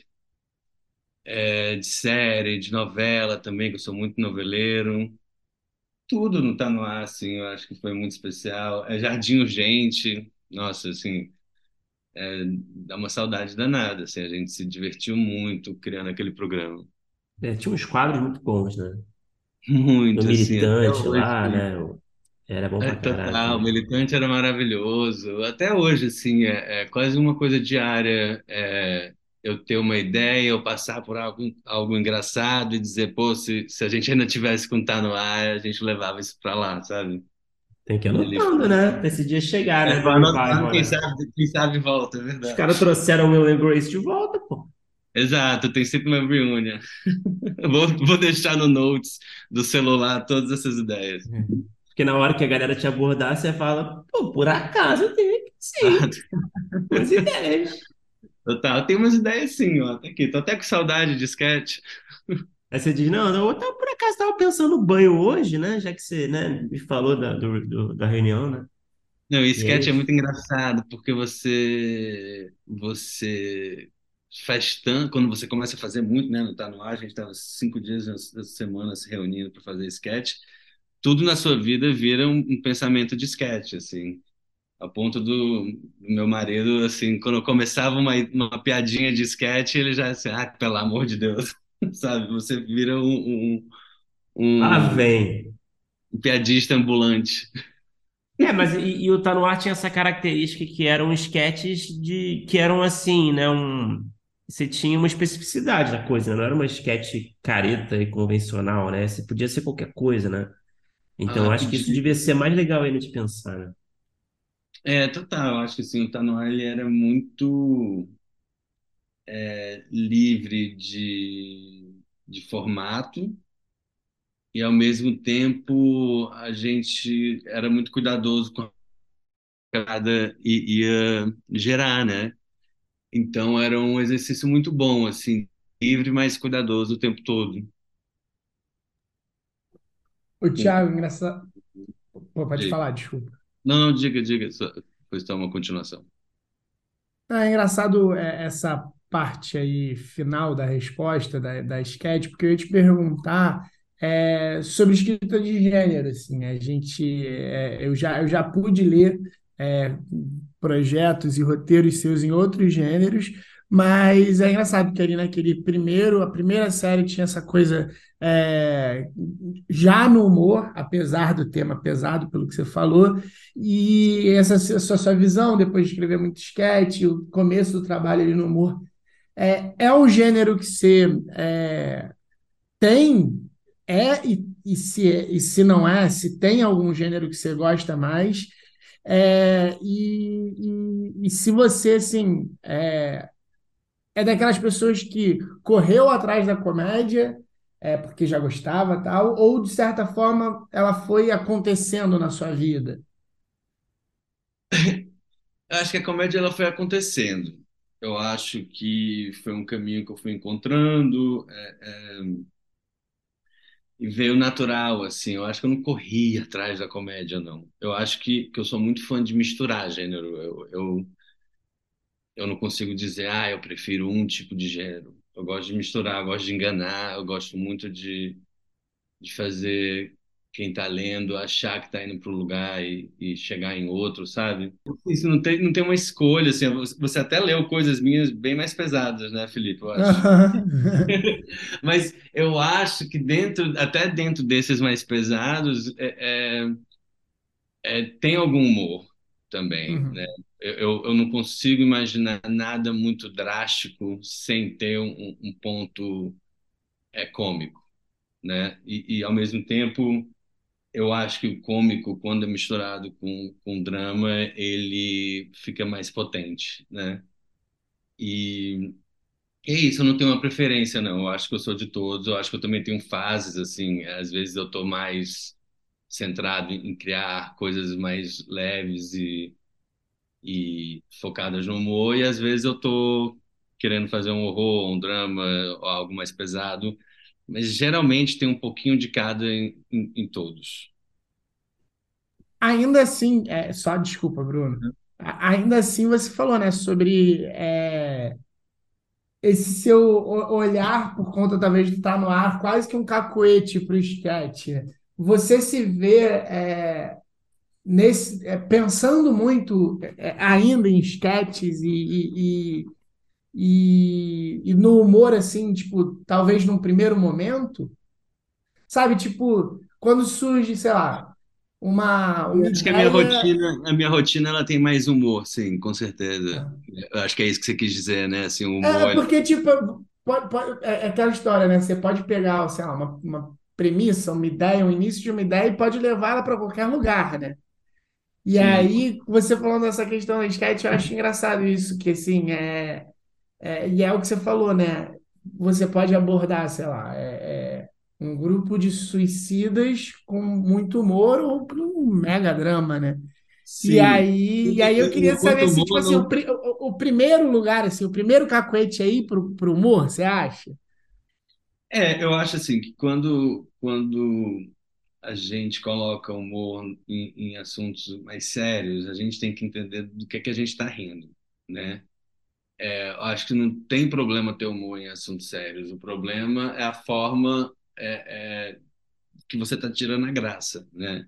é, de série, de novela também, que eu sou muito noveleiro. Tudo no Tá No Ar, assim, eu acho que foi muito especial. É Jardim Urgente, nossa, assim, é, dá uma saudade danada, assim, a gente se divertiu muito criando aquele programa. É, tinha uns quadros muito bons, né? Do Muito, assim, até Militante hoje. lá, né? Era bom É, pra caralho total, o também. Militante era maravilhoso. Até hoje, assim, é, é quase uma coisa diária. É, eu ter uma ideia, eu passar por algo, algo engraçado e dizer, pô, se, se a gente ainda tivesse com Tá No Ar, a gente levava isso pra lá, sabe? Tem que ir Ele anotando, né? Pra esse dia chegar, é, né? Do vai anotando, revival, quem né? sabe, quem sabe volta, é Os verdade. caras trouxeram o Will and Grace de volta, pô. Exato, tem sempre uma reunião. Vou, vou deixar no notes do celular todas essas ideias. É. Porque na hora que a galera te abordar, você fala, pô, por acaso eu tenho aqui, sim, umas ideias. Total, tem umas ideias sim, ó. Tá aqui, tô até com saudade de sketch. Aí você diz, não, não, eu tava, por acaso estava pensando no banho hoje, né? Já que você, né, me falou da, do, do- da reunião, né? Não, e E aí, sketch é muito engraçado, porque você você faz tanto, quando você começa a fazer muito, né? Não tá no ar, a gente estava cinco dias essa semana se reunindo para fazer sketch, tudo na sua vida vira um, um pensamento de sketch, assim, a ponto do, do meu marido, assim, quando eu começava uma, uma piadinha de sketch, ele já assim, ah, pelo amor de Deus, sabe? Você vira um, ah, um, um vem. um piadista ambulante. É, mas e, e o Tá No Ar tinha essa característica que eram esquetes de, que eram assim, né? Um, você tinha uma especificidade da coisa, né? Não era uma esquete careta e convencional, né? Você podia ser qualquer coisa, né? Então, eu Ah, acho que isso podia. devia ser mais legal ainda de pensar, né? É, total. Eu acho que assim, o Tá No Ar ele era muito é, livre de, de formato e, ao mesmo tempo, a gente era muito cuidadoso com a cada e ia gerar, né? Então, era um exercício muito bom, assim, livre, mas cuidadoso o tempo todo. O Thiago, engraçado. Pô, pode Diga. falar, desculpa. Não, não, diga, diga, só, depois tá uma continuação. Ah, é engraçado é, essa parte aí final da resposta da, da sketch, porque eu ia te perguntar é, sobre escrita de gênero, assim, a gente, é, eu já, eu já pude ler é, projetos e roteiros seus em outros gêneros, mas é engraçado que ali naquele primeiro, a primeira série tinha essa coisa é, já no humor, apesar do tema pesado, pelo que você falou, e essa sua, sua visão, depois de escrever muito sketch, o começo do trabalho ali no humor, é, é um gênero que você é, tem, é, e, e, se, e se não é, se tem algum gênero que você gosta mais, é, e, e, e se você, assim, é, é daquelas pessoas que correu atrás da comédia, é, porque já gostava, tal, ou, de certa forma, ela foi acontecendo na sua vida. Eu acho que a comédia ela foi acontecendo. Eu acho que foi um caminho que eu fui encontrando, é, é, e veio natural, assim. Eu acho que eu não corri atrás da comédia, não. Eu acho que, que eu sou muito fã de misturar gênero. Eu, eu, eu não consigo dizer, ah, eu prefiro um tipo de gênero. Eu gosto de misturar, eu gosto de enganar, eu gosto muito de, de fazer quem está lendo achar que está indo para um lugar e, e chegar em outro, sabe? Isso não tem, não tem uma escolha, assim. Você até leu coisas minhas bem mais pesadas, né, Felipe? Eu acho. Aham. Mas eu acho que dentro, até dentro desses mais pesados, é, é, é, tem algum humor também, né? Uhum. Eu, eu eu não consigo imaginar nada muito drástico sem ter um, um ponto é, cômico, né? E, e ao mesmo tempo, eu acho que o cômico, quando é misturado com, com drama, ele fica mais potente, né? E é isso, eu não tenho uma preferência, não. Eu acho que eu sou de todos. Eu acho que eu também tenho fases, assim. Às vezes eu tô mais centrado em, em criar coisas mais leves e, e focadas no humor, e às vezes eu tô querendo fazer um horror, um drama, ou algo mais pesado. Mas geralmente tem um pouquinho de cada em, em, em todos. Ainda assim, é, só desculpa, Bruno. A- Ainda assim, você falou, né, sobre é, esse seu o- olhar por conta talvez de estar no ar, quase que um cacuete para o esquete, né? Você se vê é, nesse, é, pensando muito é, ainda em esquetes e, e, e, e- e no humor, assim, tipo, talvez num primeiro momento, sabe? Tipo, quando surge, sei lá, uma, uma Eu acho que a minha ideia. rotina, a minha rotina ela tem mais humor, sim, com certeza. Eu acho que é isso que você quis dizer, né? Assim, o É, humor. porque, tipo, pode, pode- é é aquela história, né? Você pode pegar, sei lá, uma, uma premissa, uma ideia, um início de uma ideia e pode levá-la para qualquer lugar, né? E Sim, aí, você falando dessa questão da sketch, eu acho engraçado isso, que assim, é, é, e é o que você falou, né? Você pode abordar, sei lá, é, é, um grupo de suicidas com muito humor ou com um mega drama, né? E sim. aí, e aí eu queria saber Enquanto assim, tipo humor assim, o, não. pri- o, o primeiro lugar, assim, o primeiro cacuete aí pro, pro humor, você acha? É, eu acho assim que quando, quando a gente coloca humor em, em assuntos mais sérios, a gente tem que entender do que é que a gente está rindo, né? É, eu acho que não tem problema ter humor em assuntos sérios. O problema é a forma é, é, que você está tirando a graça, né?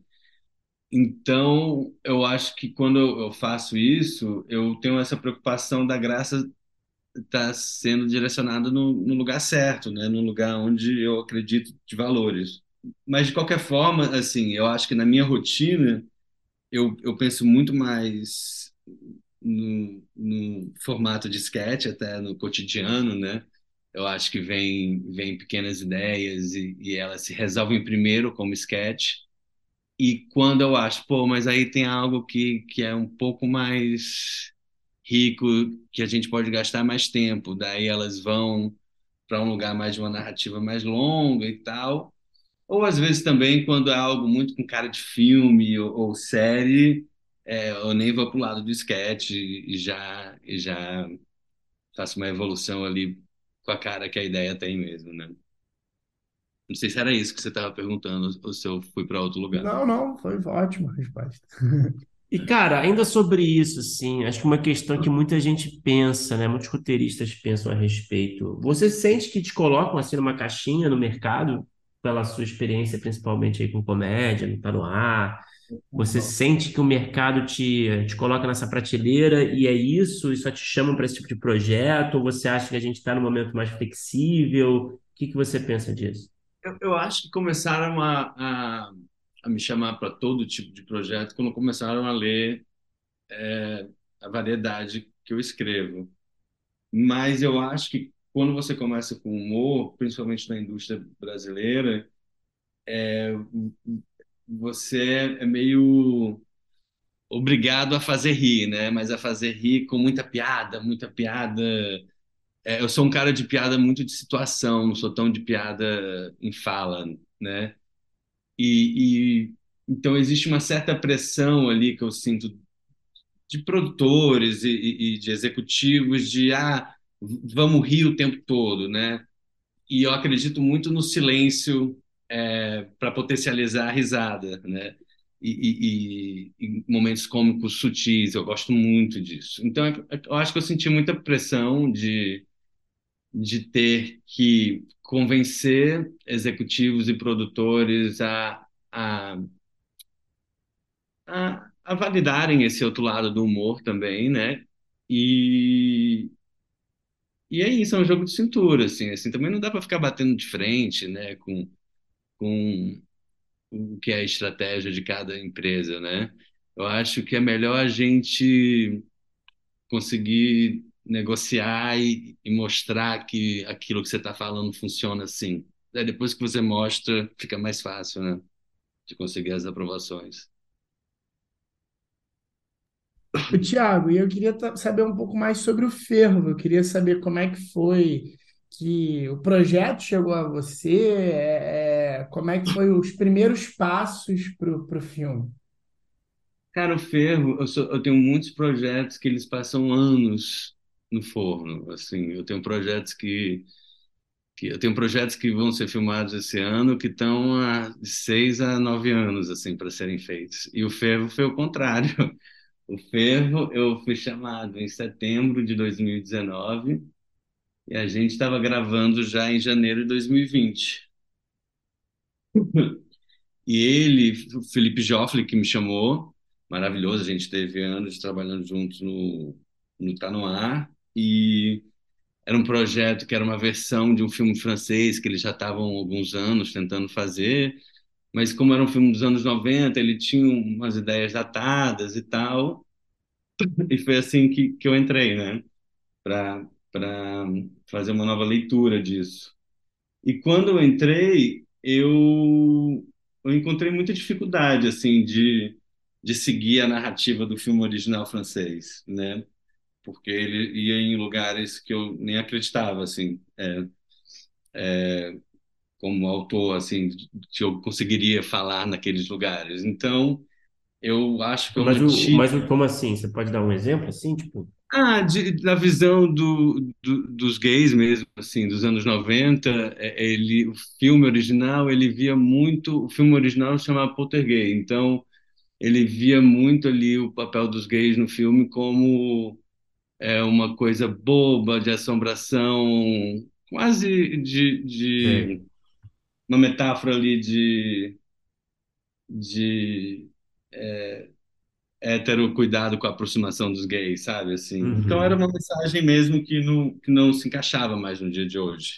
Então, eu acho que quando eu eu faço isso, eu tenho essa preocupação da graça estar sendo direcionada no, no lugar certo, né? No lugar onde eu acredito de valores. Mas, de qualquer forma, assim, eu acho que na minha rotina, eu, eu penso muito mais no, no formato de sketch, até no cotidiano, né? Eu acho que vem, vem pequenas ideias e, e elas se resolvem primeiro como sketch. E quando eu acho, pô, mas aí tem algo que, que é um pouco mais rico, que a gente pode gastar mais tempo, daí elas vão para um lugar mais de uma narrativa mais longa e tal. Ou às vezes também quando é algo muito com cara de filme ou, ou série, é, eu nem vou pro lado do sketch e já, e já faço uma evolução ali com a cara que a ideia tem mesmo, né? Não sei se era isso que você estava perguntando ou se eu fui para outro lugar. Não, não, foi ótima a resposta. E, cara, ainda sobre isso, assim, acho que uma questão que muita gente pensa, né? Muitos roteiristas pensam a respeito. Você sente que te colocam assim numa caixinha no mercado, pela sua experiência, principalmente aí com comédia, no Tá No Ar? Você sente que o mercado te, te coloca nessa prateleira e é isso, e só te chamam para esse tipo de projeto? Ou você acha que a gente está num momento mais flexível? O que que você pensa disso? Eu, eu acho que começaram a, a, a me chamar para todo tipo de projeto quando começaram a ler a variedade que eu escrevo. Mas eu acho que quando você começa com humor, principalmente na indústria brasileira, você é meio obrigado a fazer rir, né? Mas a fazer rir com muita piada, muita piada. É, eu sou um cara de piada muito de situação, não sou tão de piada em fala, né? E, e então existe uma certa pressão ali que eu sinto de produtores e, e- e de executivos de ah, vamos rir o tempo todo, né? E eu acredito muito no silêncio para potencializar a risada, né? E, e- e- e momentos cômicos sutis, eu gosto muito disso. Então, é- é- eu acho que eu senti muita pressão de, de ter que convencer executivos e produtores a, a, a, a validarem esse outro lado do humor também, né? E, e é isso, é um jogo de cintura, assim, assim, também não dá para ficar batendo de frente, né, com, com o que é a estratégia de cada empresa, né? Eu acho que é melhor a gente conseguir negociar e, e mostrar que aquilo que você está falando funciona assim. Daí depois que você mostra, fica mais fácil, né? De conseguir as aprovações. O Thiago, e eu queria ta- saber um pouco mais sobre o Fervo. Eu queria saber como é que foi que o projeto chegou a você, é, é, como é que foi os primeiros passos para o filme. Cara, o ferro, eu, sou- eu tenho muitos projetos que eles passam anos no forno, assim. Eu tenho projetos que, que eu tenho projetos que vão ser filmados esse ano que estão há de seis a nove anos, assim, para serem feitos. E o ferro foi o contrário. O ferro, eu fui chamado em setembro de dois mil e dezenove e a gente estava gravando já em janeiro de dois mil e vinte. E ele, o Felipe Joffre, que me chamou, maravilhoso, a gente teve anos trabalhando juntos no, no Tá No Ar, e era um projeto que era uma versão de um filme francês que eles já estavam há alguns anos tentando fazer, mas como era um filme dos anos noventa, ele tinha umas ideias datadas e tal, e foi assim que, que eu entrei, né, para para fazer uma nova leitura disso. E quando eu entrei, eu, eu encontrei muita dificuldade, assim, de, de seguir a narrativa do filme original francês, né? Porque ele ia em lugares que eu nem acreditava, assim, é, como autor, assim, que eu conseguiria falar naqueles lugares. Então, eu acho que eu Mas o, mantive mas o, como assim? Você pode dar um exemplo assim, tipo? ah, de, da visão do, do- dos gays mesmo, assim, dos anos noventa, é- ele, o filme original, ele via muito, o filme original chamava Poltergeist, então ele via muito ali o papel dos gays no filme como é, uma coisa boba, de assombração, quase de, de Sei. uma metáfora ali de, de hétero cuidado com a aproximação dos gays, sabe? Assim, então era uma Uhum. mensagem mesmo que não, que não se encaixava mais no dia de hoje.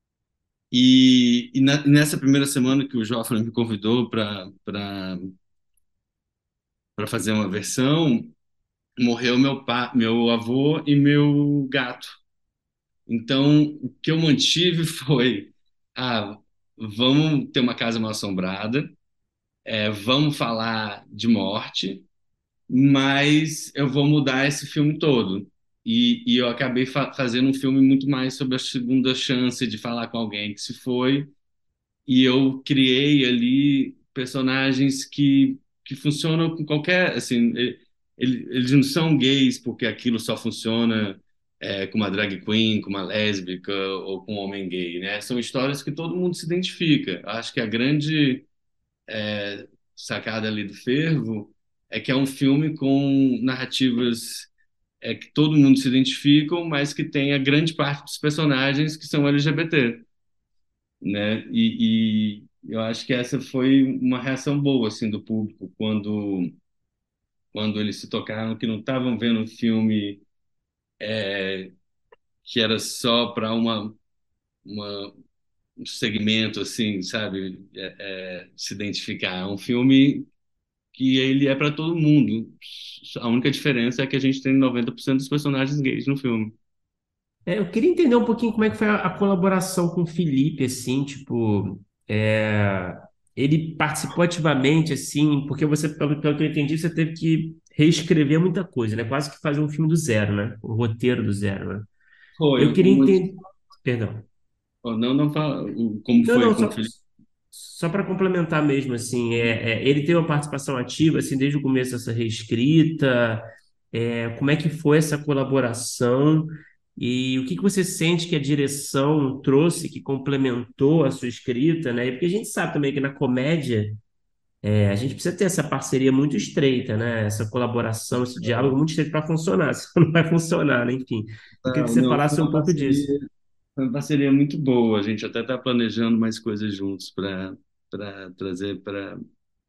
E, e na- nessa primeira semana que o Joffrey me convidou para para para fazer uma versão, morreu meu pa, meu avô e meu gato. Então, o que eu mantive foi, ah, vamos ter uma casa mal assombrada, é, vamos falar de morte, mas eu vou mudar esse filme todo. E, e eu acabei fa fazendo um filme muito mais sobre a segunda chance de falar com alguém que se foi, e eu criei ali personagens que, que funcionam com qualquer, assim, e- ele- eles não são gays porque aquilo só funciona é, com uma drag queen, com uma lésbica ou com um homem gay, né? São histórias que todo mundo se identifica. Acho que a grande sacada ali do Fervo é que é um filme com narrativas é, que todo mundo se identifica, mas que tem a grande parte dos personagens que são L G B T, né? E, e eu acho que essa foi uma reação boa assim do público quando quando eles se tocaram que não estavam vendo um filme que era só para uma, uma um segmento assim, sabe, é, é, se identificar. É um filme que ele é para todo mundo. A única diferença é que a gente tem noventa por cento dos personagens gays no filme. É, eu queria entender um pouquinho como é que foi a, a colaboração com o Felipe, assim, tipo, é, ele participou ativamente, assim, porque você, pelo, pelo que eu entendi, você teve que reescrever muita coisa, né? Quase que fazer um filme do zero, né? O roteiro do zero, né? Foi, Eu eu, queria muito, entender. Perdão. não, não fala o- como Não, foi não, com o só, Felipe. só para complementar mesmo, assim, é, é, ele teve uma participação ativa, assim, desde o começo dessa reescrita. É, como é que foi essa colaboração e o que que você sente que a direção trouxe, que complementou a sua escrita, né? Porque a gente sabe também que na comédia é, a gente precisa ter essa parceria muito estreita, né? Essa colaboração, esse diálogo muito estreito para funcionar, senão não vai funcionar, né? Enfim, eu queria que Não, você não, foi falasse um uma pouco disso. parceria, foi uma parceria muito boa. A gente até está planejando mais coisas juntos para para trazer para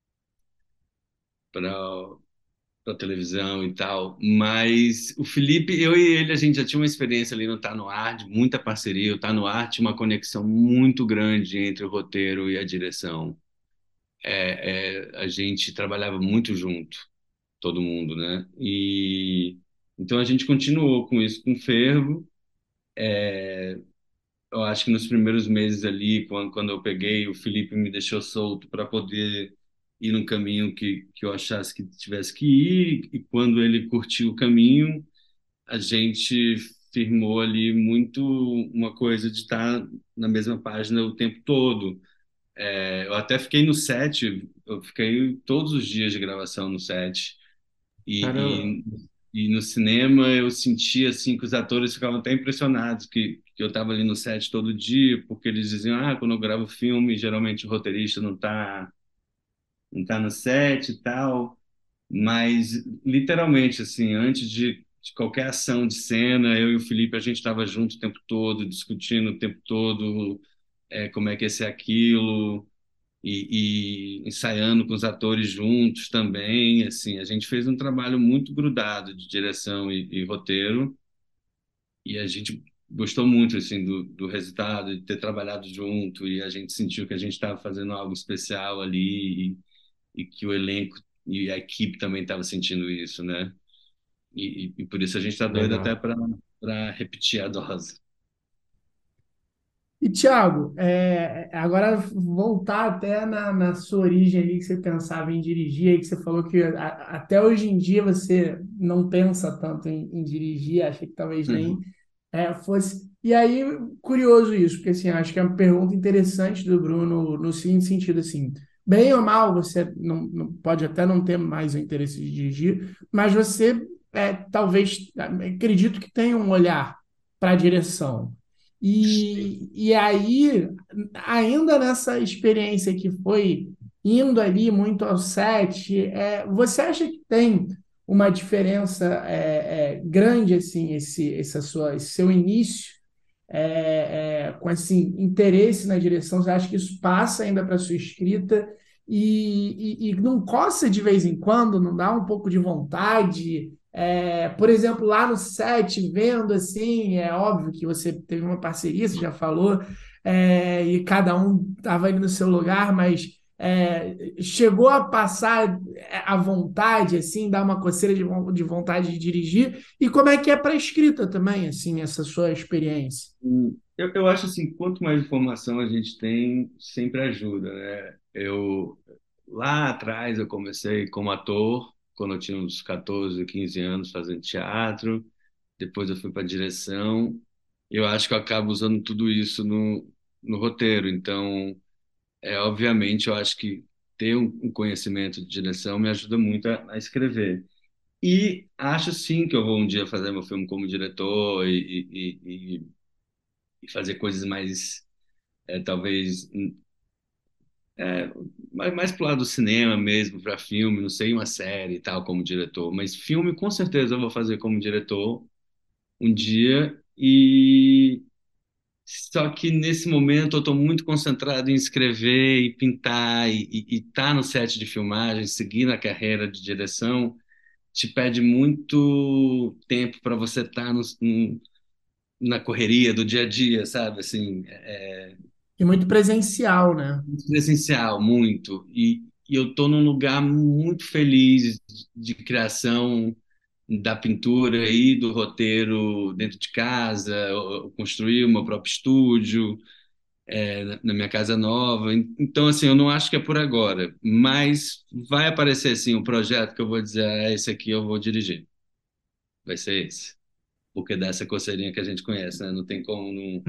para para televisão e tal. Mas o Felipe, eu e ele, a gente já tinha uma experiência ali no Tá No Ar, de muita parceria. O Tá No Ar tinha uma conexão muito grande entre o roteiro e a direção. É, é, a gente trabalhava muito junto, todo mundo, né? E então a gente continuou com isso com fervo. Eu acho que nos primeiros meses ali, quando, quando eu peguei, o Felipe me deixou solto para poder ir num caminho que, que eu achasse que tivesse que ir, e quando ele curtiu o caminho, a gente firmou ali muito uma coisa de estar na mesma página o tempo todo. É, eu até fiquei no set, eu fiquei todos os dias de gravação no set. Caramba, E, e, e no cinema eu sentia assim que os atores ficavam até impressionados que, que eu estava ali no set todo dia, porque eles diziam, ah, quando eu gravo filme, geralmente o roteirista não está não tá no set e tal. Mas literalmente assim, antes de, de qualquer ação de cena, eu e o Felipe a gente estava junto o tempo todo, discutindo o tempo todo, é, como é que ia ser aquilo e, e ensaiando com os atores juntos também, assim, a gente fez um trabalho muito grudado de direção e, e roteiro, e a gente gostou muito, assim, do, do resultado, de ter trabalhado junto, e a gente sentiu que a gente estava fazendo algo especial ali, e, e que o elenco e a equipe também estava sentindo isso, né? E, e, e por isso a gente está doido até legal. para para repetir a dose. E, Thiago, é, agora voltar até na, na sua origem ali que você pensava em dirigir, aí que você falou que a- até hoje em dia você não pensa tanto em, em dirigir, acha que talvez nem é, fosse. E aí, curioso isso, porque assim, acho que é uma pergunta interessante do Bruno no seguinte sentido, assim, bem ou mal, você não, não- pode até não ter mais o interesse de dirigir, mas você é, talvez, acredito que tenha um olhar para a direção. E, e aí, ainda nessa experiência que foi indo ali muito ao set, é, você acha que tem uma diferença é, é, grande assim esse, essa sua, esse seu início é, é, com esse interesse na direção? Você acha que isso passa ainda para sua escrita e, e, e não coça de vez em quando, não dá um pouco de vontade? É, por exemplo, lá no set, vendo assim, é óbvio que você teve uma parceria, você já falou, é, e cada um estava ali no seu lugar, mas é, chegou a passar a vontade, assim, dar uma coceira de, von- de vontade de dirigir? E como é que é para escrita também, assim, essa sua experiência? Hum, Eu, eu acho assim, quanto mais informação a gente tem, sempre ajuda, né? Eu lá atrás eu comecei como ator, quando eu tinha uns catorze, quinze anos fazendo teatro, depois eu fui para direção. Eu acho que eu acabo usando tudo isso no, no roteiro. Então, é obviamente, eu acho que ter um, um conhecimento de direção me ajuda muito a, a escrever. E acho sim que eu vou um dia fazer meu filme como diretor e, e, e, e fazer coisas mais é, talvez é, mais, mais pro lado do cinema mesmo, para filme, não sei, uma série e tal, como diretor, mas filme com certeza eu vou fazer como diretor um dia, e só que nesse momento eu estou muito concentrado em escrever e pintar e estar no set de filmagem, seguir na carreira de direção, te pede muito tempo para você estar no, no- na correria do dia a dia, sabe? Assim, é, E muito presencial, né? presencial, muito. E, e eu estou num lugar muito feliz de criação da pintura e do roteiro dentro de casa. Eu, eu construí o meu próprio estúdio, é, na, na minha casa nova. Então, assim, eu não acho que é por agora, mas vai aparecer, assim, um projeto que eu vou dizer, ah, esse aqui eu vou dirigir. Vai ser esse. Porque dá essa coceirinha que a gente conhece, né? Não tem como não,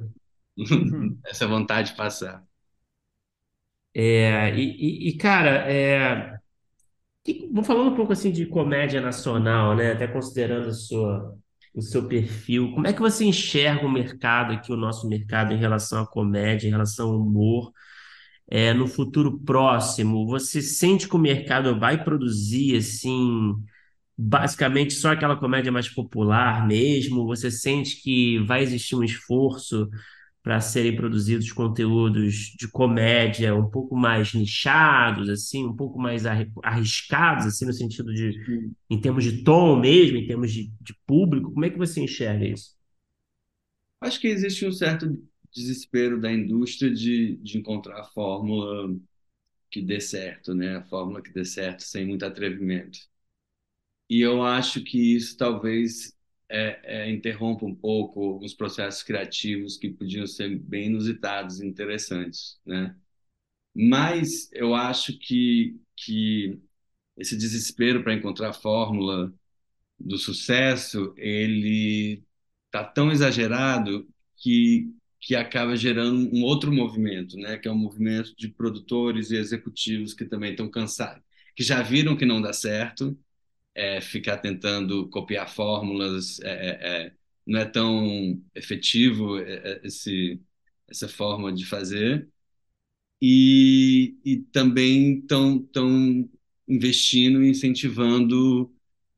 essa vontade passar. É, e, e- e, cara, é, o Que- vou falando um pouco assim de comédia nacional, né? Até considerando a sua, o seu perfil, como é que você enxerga o mercado aqui, o nosso mercado, em relação à comédia, em relação ao humor? É, no futuro próximo, você sente que o mercado vai produzir assim, basicamente só aquela comédia mais popular mesmo? Você sente que vai existir um esforço para serem produzidos conteúdos de comédia um pouco mais nichados, assim, um pouco mais arri- arriscados, assim, no sentido de, Sim. em termos de tom mesmo, em termos de, de público? Como é que você enxerga isso? Acho que existe um certo desespero da indústria de, de encontrar a fórmula que dê certo, né? A fórmula que dê certo sem muito atrevimento. E eu acho que isso talvez é, é, interrompa um pouco os processos criativos que podiam ser bem inusitados e interessantes, né? Mas eu acho que, que esse desespero para encontrar a fórmula do sucesso, ele tá tão exagerado que, que acaba gerando um outro movimento, né? Que é um movimento de produtores e executivos que também estão cansados, que já viram que não dá certo, é, ficar tentando copiar fórmulas é, é, é, não é tão efetivo é, é, esse, essa forma de fazer, e, e também estão tão investindo e incentivando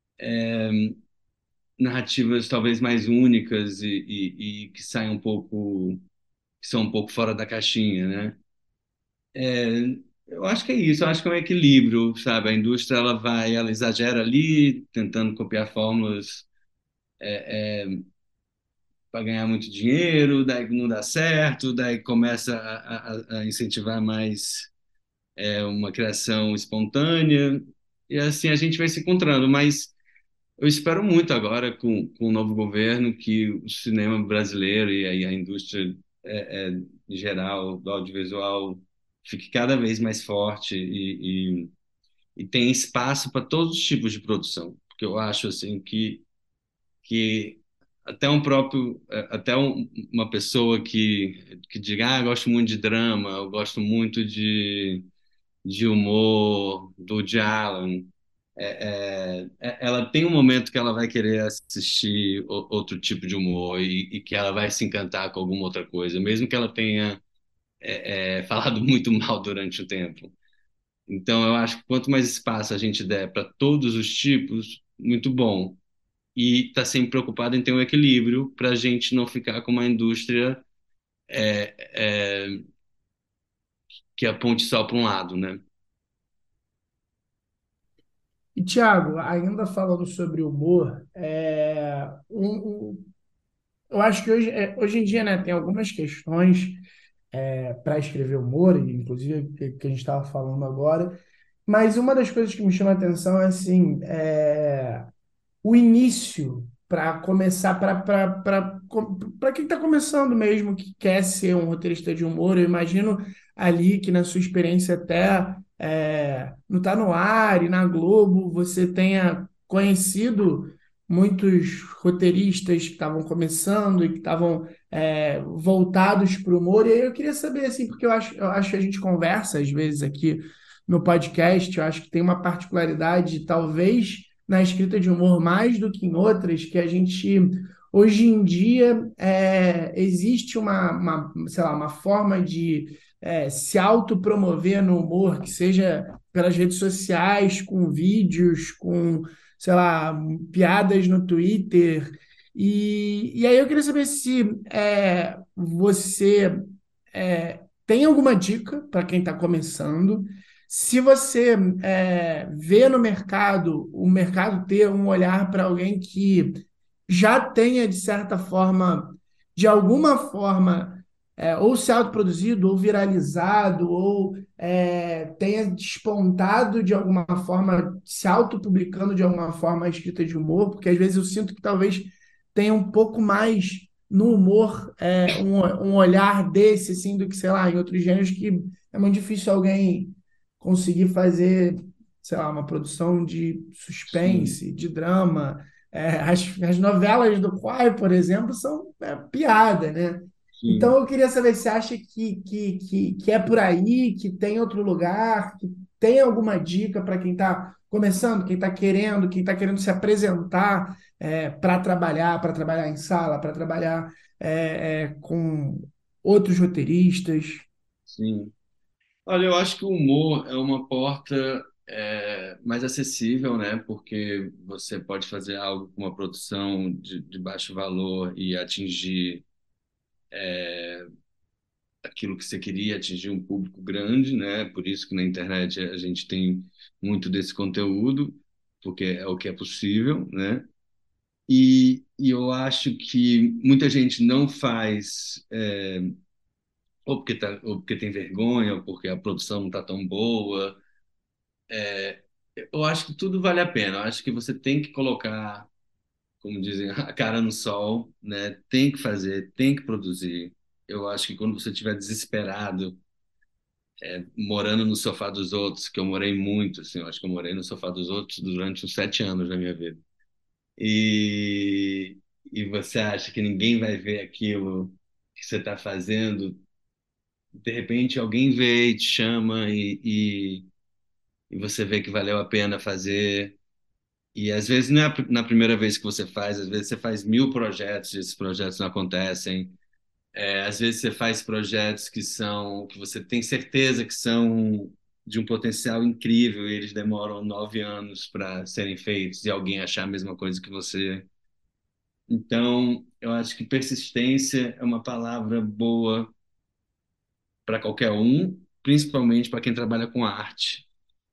narrativas talvez mais únicas e, e, e que saem um pouco, que são um pouco fora da caixinha, né? É, eu acho que é isso, eu acho que é um equilíbrio, sabe? A indústria ela vai, ela exagera ali, tentando copiar fórmulas para ganhar muito dinheiro, daí não dá certo, daí começa a, a, a incentivar mais é, uma criação espontânea, e assim a gente vai se encontrando, mas eu espero muito agora com, com o novo governo que o cinema brasileiro e a, e a indústria é, é, em geral do audiovisual fique cada vez mais forte e, e, e tenha espaço para todos os tipos de produção, porque eu acho assim que que até um próprio é, até um, uma pessoa que que diga ah, eu gosto muito de drama, eu gosto muito de de humor do Woody Allen, é, é, é, ela tem um momento que ela vai querer assistir o- outro tipo de humor e, e que ela vai se encantar com alguma outra coisa, mesmo que ela tenha é, é, falado muito mal durante o tempo. Então, eu acho que quanto mais espaço a gente der para todos os tipos, muito bom. E tá sempre preocupado em ter um equilíbrio para a gente não ficar com uma indústria é, é, que aponte só para um lado, né? E, Thiago, ainda falando sobre humor, é, um- um- eu acho que hoje, é, hoje em dia, né, tem algumas questões para escrever humor, e inclusive que que a gente estava falando agora, mas uma das coisas que me chama a atenção é assim, é, o início para começar, para para quem está começando mesmo, que quer ser um roteirista de humor, eu imagino ali que na sua experiência até é, no Tá No Ar e na Globo, você tenha conhecido muitos roteiristas que estavam começando e que estavam é, voltados para o humor. E aí eu queria saber, assim, porque eu acho, eu acho que a gente conversa às vezes aqui no podcast, eu acho que tem uma particularidade, talvez na escrita de humor mais do que em outras, que a gente, hoje em dia, é, existe uma, uma, sei lá, uma forma de é, se autopromover no humor, que seja pelas redes sociais, com vídeos, com, sei lá, piadas no Twitter. E, e aí eu queria saber se é, você é, tem alguma dica para quem está começando? Se você é, vê no mercado, o mercado ter um olhar para alguém que já tenha, de certa forma, de alguma forma, é, ou se autoproduzido, ou viralizado, ou é, tenha despontado de alguma forma, se autopublicando de alguma forma a escrita de humor, porque às vezes eu sinto que talvez tenha um pouco mais no humor é, um, um olhar desse, assim, do que, sei lá, em outros gêneros que é muito difícil alguém conseguir fazer, sei lá, uma produção de Sim, suspense, de drama. É, as, as novelas do Quai, por exemplo, são é, piada, né? Então sim. eu queria saber se você acha que, que, que, que é por aí, que tem outro lugar, que Tem alguma dica para quem está começando, quem está querendo, quem está querendo se apresentar para trabalhar, para trabalhar em sala, para trabalhar é, é, com outros roteiristas? Sim. Olha, eu acho que o humor é uma porta é, mais acessível, né? Porque você pode fazer algo com uma produção de, de baixo valor e atingir aquilo que você queria, atingir um público grande, né? Por isso que na internet a gente tem muito desse conteúdo, porque é o que é possível, né? E, e eu acho que muita gente não faz, é, ou porque tá, ou porque tem vergonha, ou porque a produção não está tão boa. Eu acho que tudo vale a pena. Eu acho que você tem que colocar, como dizem, a cara no sol, né? Tem que fazer, tem que produzir. Eu acho que quando você estiver desesperado, morando no sofá dos outros, que eu morei muito, assim, eu acho que eu morei no sofá dos outros durante uns sete anos da minha vida. E, e você acha que ninguém vai ver aquilo que você está fazendo, de repente alguém vê e te chama e, e, e você vê que valeu a pena fazer. E às vezes não é a pr- na primeira vez que você faz, às vezes você faz mil projetos e esses projetos não acontecem. É, às vezes você faz projetos que são, que você tem certeza que são de um potencial incrível e eles demoram nove anos para serem feitos e alguém achar a mesma coisa que você. Então, eu acho que persistência é uma palavra boa para qualquer um, principalmente para quem trabalha com arte.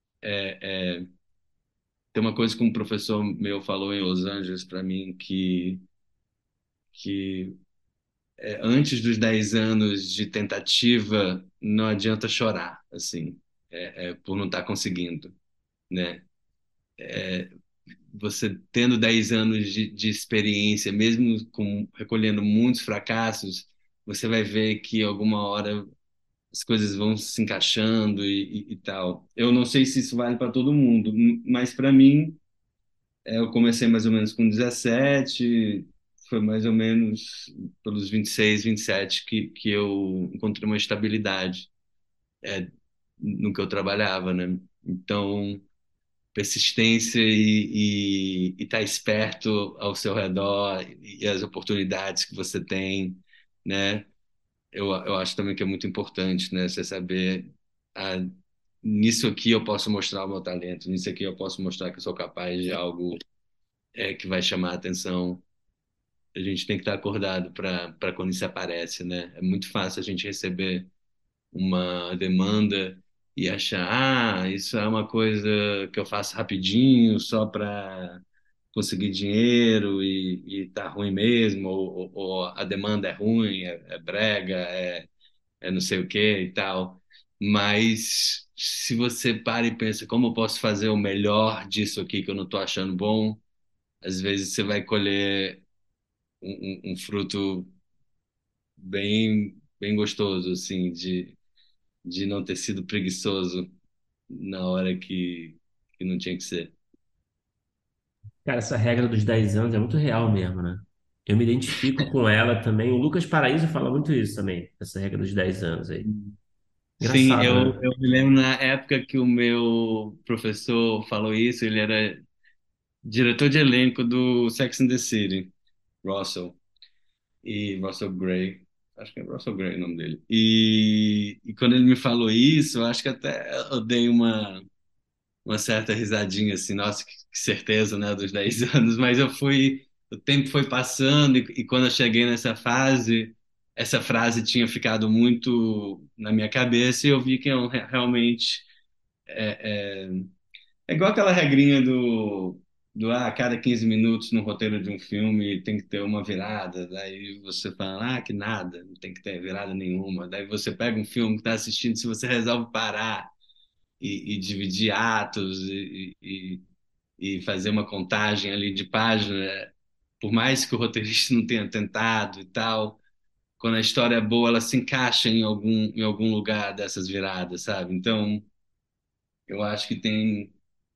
Tem uma coisa que um professor meu falou em Los Angeles para mim que que é, antes dos dez anos de tentativa não adianta chorar, assim, é, é, por não estar conseguindo, né? Você tendo dez anos de, de experiência, mesmo com recolhendo muitos fracassos, você vai ver que alguma hora as coisas vão se encaixando e, e, e tal. Eu não sei se isso vale para todo mundo, mas para mim, é, eu comecei mais ou menos com dezessete, foi mais ou menos pelos vinte e seis, vinte e sete que, que eu encontrei uma estabilidade, é, no que eu trabalhava, né? Então, persistência e estar esperto ao seu redor e as oportunidades que você tem, né? Eu, eu acho também que é muito importante, né? Você saber, ah, nisso aqui eu posso mostrar o meu talento, nisso aqui eu posso mostrar que eu sou capaz de algo é, que vai chamar a atenção. A gente tem que estar acordado para para quando isso aparece, né? É muito fácil a gente receber uma demanda e achar, ah, isso é uma coisa que eu faço rapidinho só para conseguir dinheiro e, e tá ruim mesmo, ou, ou- ou a demanda é ruim, é, é brega, é, é não sei o que e tal. Mas se você para e pensa, como eu posso fazer o melhor disso aqui que eu não estou achando bom, às vezes você vai colher um, um- um fruto bem, bem gostoso, assim, de, de não ter sido preguiçoso na hora que, que não tinha que ser. Cara, essa regra dos dez anos é muito real mesmo, né? Eu me identifico com ela também. O Lucas Paraíso fala muito isso também, essa regra dos dez anos aí. Sim, Engraçado, eu, né? eu me lembro na época que o meu professor falou isso, ele era diretor de elenco do Sex and the City, Russell, e Russell Gray, acho que é Russell Gray o nome dele. E, e quando ele me falou isso, eu acho que até eu dei uma, uma certa risadinha assim, nossa, que, que certeza, né, dos dez anos, mas eu fui, o tempo foi passando e, e quando eu cheguei nessa fase, essa frase tinha ficado muito na minha cabeça e eu vi que eu re- realmente é, é, é igual aquela regrinha do do ah, a cada quinze minutos no roteiro de um filme tem que ter uma virada, daí você fala, ah, que nada, não tem que ter virada nenhuma. Daí você pega um filme que está assistindo, se você resolve parar e, e dividir atos e, e, e fazer uma contagem ali de página, por mais que o roteirista não tenha tentado e tal, quando a história é boa, ela se encaixa em algum, em algum lugar dessas viradas, sabe? Então, eu acho que tem,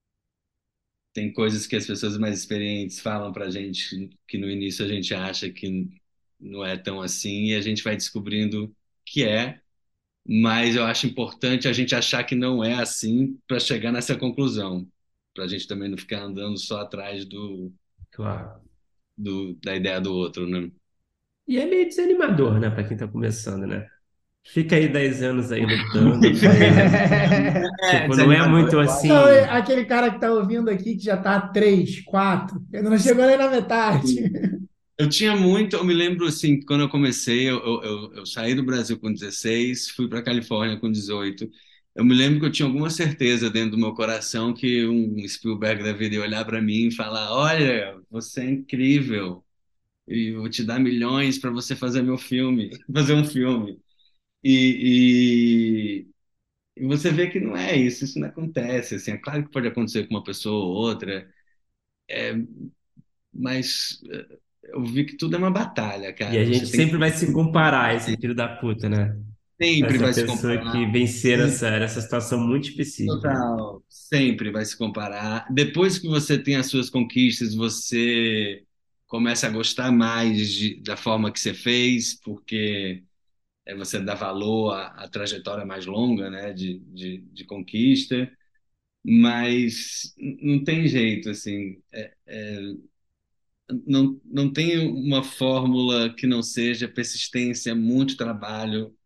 tem coisas que as pessoas mais experientes falam pra gente que no início a gente acha que não é tão assim e a gente vai descobrindo que é. Mas eu acho importante a gente achar que não é assim para chegar nessa conclusão, para a gente também não ficar andando só atrás do, Claro. do, da ideia do outro, né? E é meio desanimador, né, para quem tá começando, né? Fica aí dez anos aí lutando, fazendo. É Tipo, não é desanimador, muito eu acho. Não, é assim. aquele cara que tá ouvindo aqui que já tá três, quatro, ainda não chegou nem na metade. Eu tinha muito, eu me lembro assim, que quando eu comecei, eu, eu, eu- eu saí do Brasil com dezesseis, fui para Califórnia com dezoito. Eu me lembro que eu tinha alguma certeza dentro do meu coração que um Spielberg deveria olhar para mim e falar: Olha, você é incrível e eu vou te dar milhões para você fazer meu filme, fazer um filme. E, e, e você vê que não é isso, isso não acontece. Assim, é claro que pode acontecer com uma pessoa ou outra, mas eh, eu vi que tudo é uma batalha, E a cara. gente Você tem sempre vai que se comparar, esse filho da puta, né? sempre Essa vai se pessoa que comparar, vencer essa, essa situação muito específica, né? total, sempre vai se comparar. Depois que você tem as suas conquistas, você começa a gostar mais de- da forma que você fez, porque é, você dá valor à, à trajetória mais longa, né, de, de, de conquista. Mas n- não tem jeito, assim, é- é, não, não tem uma fórmula que não seja persistência, muito trabalho,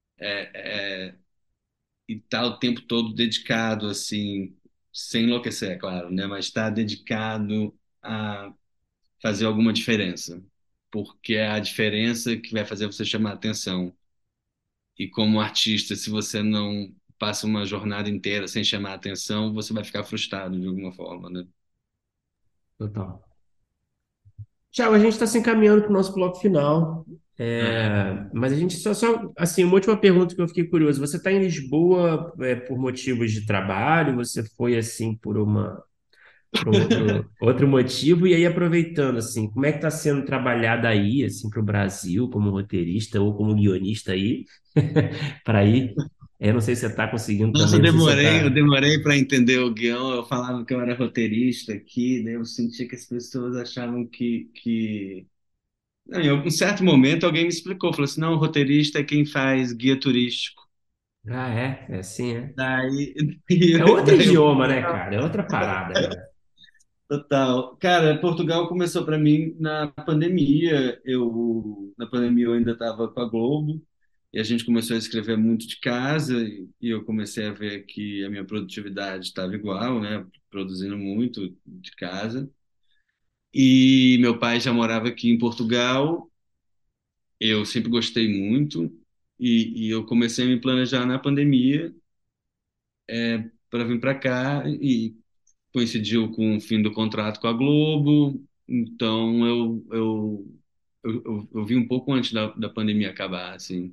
e tá o tempo todo dedicado, assim, sem enlouquecer, é claro, né? Mas está dedicado a fazer alguma diferença, porque é a diferença que vai fazer você chamar a atenção. E como artista, se você não passa uma jornada inteira sem chamar a atenção, você vai ficar frustrado de alguma forma, né? Total. Tiago, a gente está se encaminhando para o nosso bloco final. É. É, mas a gente só, só, assim, uma última pergunta que eu fiquei curioso. Você está em Lisboa, é, por motivos de trabalho? Você foi, assim, por uma, por um outro, outro motivo? E aí, aproveitando, assim, como é que está sendo trabalhada aí, assim, para o Brasil, como roteirista ou como guionista aí, para ir? Eu não sei se você está conseguindo Nossa, eu também, não sei se você demorei, eu está... demorei para entender o guião. Eu falava que eu era roteirista aqui, daí eu sentia que as pessoas achavam que, que... Não, em algum certo momento alguém me explicou, falou assim, não, o roteirista é quem faz guia turístico. Ah, é? É assim, é? Daí, É outro daí eu idioma, né, cara? É outra parada, né? total. Cara, Portugal começou para mim na pandemia. Eu na pandemia eu ainda estava com a Globo e a gente começou a escrever muito de casa e, e eu comecei a ver que a minha produtividade estava igual, né? Produzindo muito de casa. E meu pai já morava aqui em Portugal. Eu sempre gostei muito e, e eu comecei a me planejar na pandemia para vir para cá e coincidiu com o fim do contrato com a Globo, então eu, eu, eu, eu, eu vi um pouco antes da, da pandemia acabar, assim,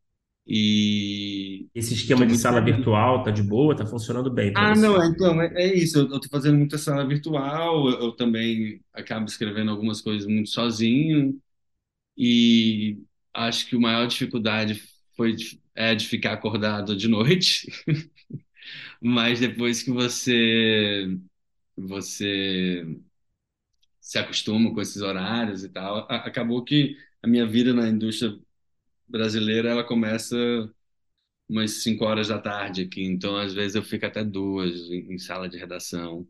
e Esse esquema estou de muito sala feliz. virtual tá de boa, tá funcionando bem para Ah, não, você. é, então, é, é isso, eu estou fazendo muita sala virtual, eu, eu também acabo escrevendo algumas coisas muito sozinho, e acho que a maior dificuldade foi de, é de ficar acordado de noite, mas depois que você você se acostuma com esses horários e tal. A- Acabou que a minha vida na indústria brasileira ela começa umas cinco horas da tarde aqui, então às vezes eu fico até duas em, em sala de redação.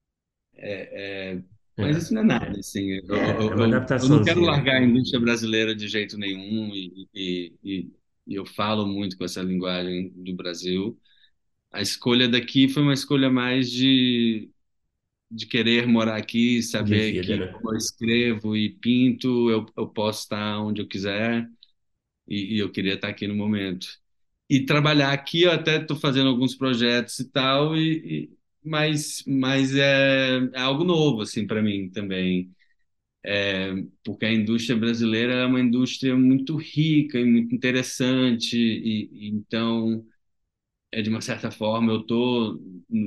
Mas É, isso não é nada, assim. Eu, é, é eu, uma eu, eu não quero adaptaçãozinha. largar a indústria brasileira de jeito nenhum e, e, e, e eu falo muito com essa linguagem do Brasil. A escolha daqui foi uma escolha mais de de querer morar aqui, De saber vida, que né? como eu escrevo e pinto, eu, eu posso estar onde eu quiser e, e eu queria estar aqui no momento. E trabalhar aqui, eu até estou fazendo alguns projetos e tal, e, e- mas, mas é, é algo novo assim para mim também, porque a indústria brasileira é uma indústria muito rica e muito interessante, e, e então, é, de uma certa forma, eu estou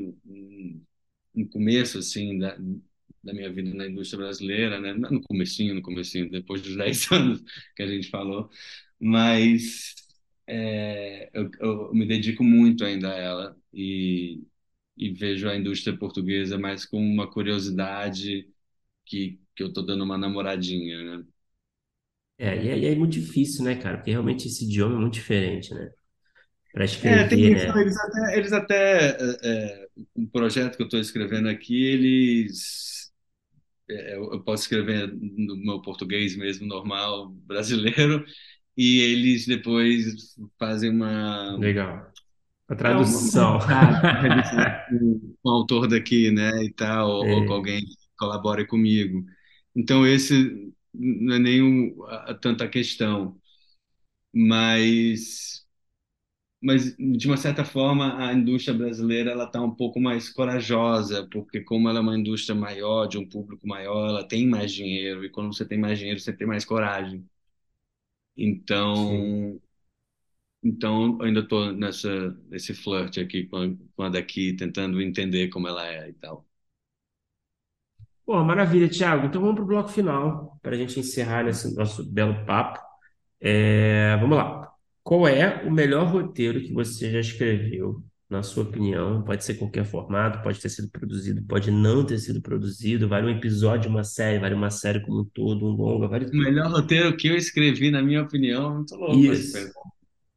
no começo assim da, da minha vida na indústria brasileira, né? Não no comecinho, no comecinho, depois dos dez anos que a gente falou, mas é, eu, eu me dedico muito ainda a ela e, e vejo a indústria portuguesa mais como uma curiosidade que, que eu tô dando uma namoradinha, né? É, e é, e é muito difícil, né, cara? Porque realmente esse idioma é muito diferente, né? É, tem escrever, isso. né? Eles até, eles até é, é, um projeto que eu estou escrevendo aqui, eles é, eu eu posso escrever no meu português mesmo, normal, brasileiro, e eles depois fazem uma, Legal. A é, uma, uma tradução. revisada, uma revisada com, com o autor daqui, né, e tal, ou, ou com É. alguém que colabore comigo. Então, esse não é nem um, a, a tanta questão, mas, mas, de uma certa forma, a indústria brasileira ela está um pouco mais corajosa, porque como ela é uma indústria maior, de um público maior, ela tem mais dinheiro, e quando você tem mais dinheiro, você tem mais coragem. Sim. Então, então eu ainda estou nessa nesse flirt aqui com a, com a daqui, tentando entender como ela é e tal. Pô, maravilha, Thiago. Então vamos para o bloco final, para a gente encerrar esse nosso belo papo. É, vamos lá. Qual é o melhor roteiro que você já escreveu, na sua opinião? Pode ser qualquer formato, pode ter sido produzido, pode não ter sido produzido, vale um episódio, uma série, vale uma série como um todo, um longa, vale O tudo. melhor roteiro que eu escrevi, na minha opinião, muito louco essa Isso. pergunta.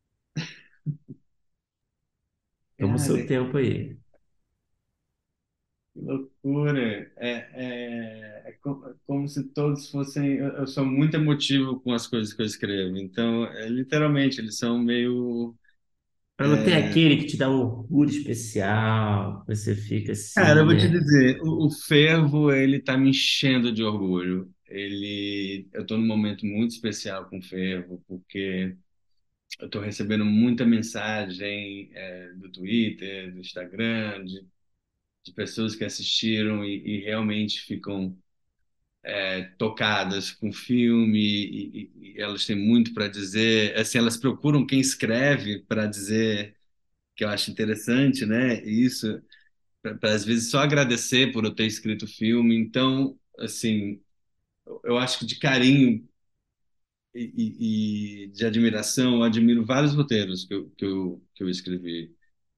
Toma o seu Cara, tempo aí. que loucura. É, é, é co- é como se todos fossem. Eu, eu sou muito emotivo com as coisas que eu escrevo. Então, é, literalmente, eles são meio. Mas não tem aquele que te dá um orgulho especial, você fica Cara, eu assim, vou te é. dizer, o, o Fervo, ele tá me enchendo de orgulho. Ele, eu tô num momento muito especial com o Fervo, porque eu tô recebendo muita mensagem, é, do Twitter, do Instagram, de, de pessoas que assistiram e, e realmente ficam tocadas com o filme e, e- e elas têm muito para dizer. Assim, elas procuram quem escreve para dizer que eu acho interessante, né? E isso para às vezes só agradecer por eu ter escrito o filme. Então, assim, eu eu acho que de carinho e, e- e de admiração, eu admiro vários roteiros que eu, que eu, que eu escrevi.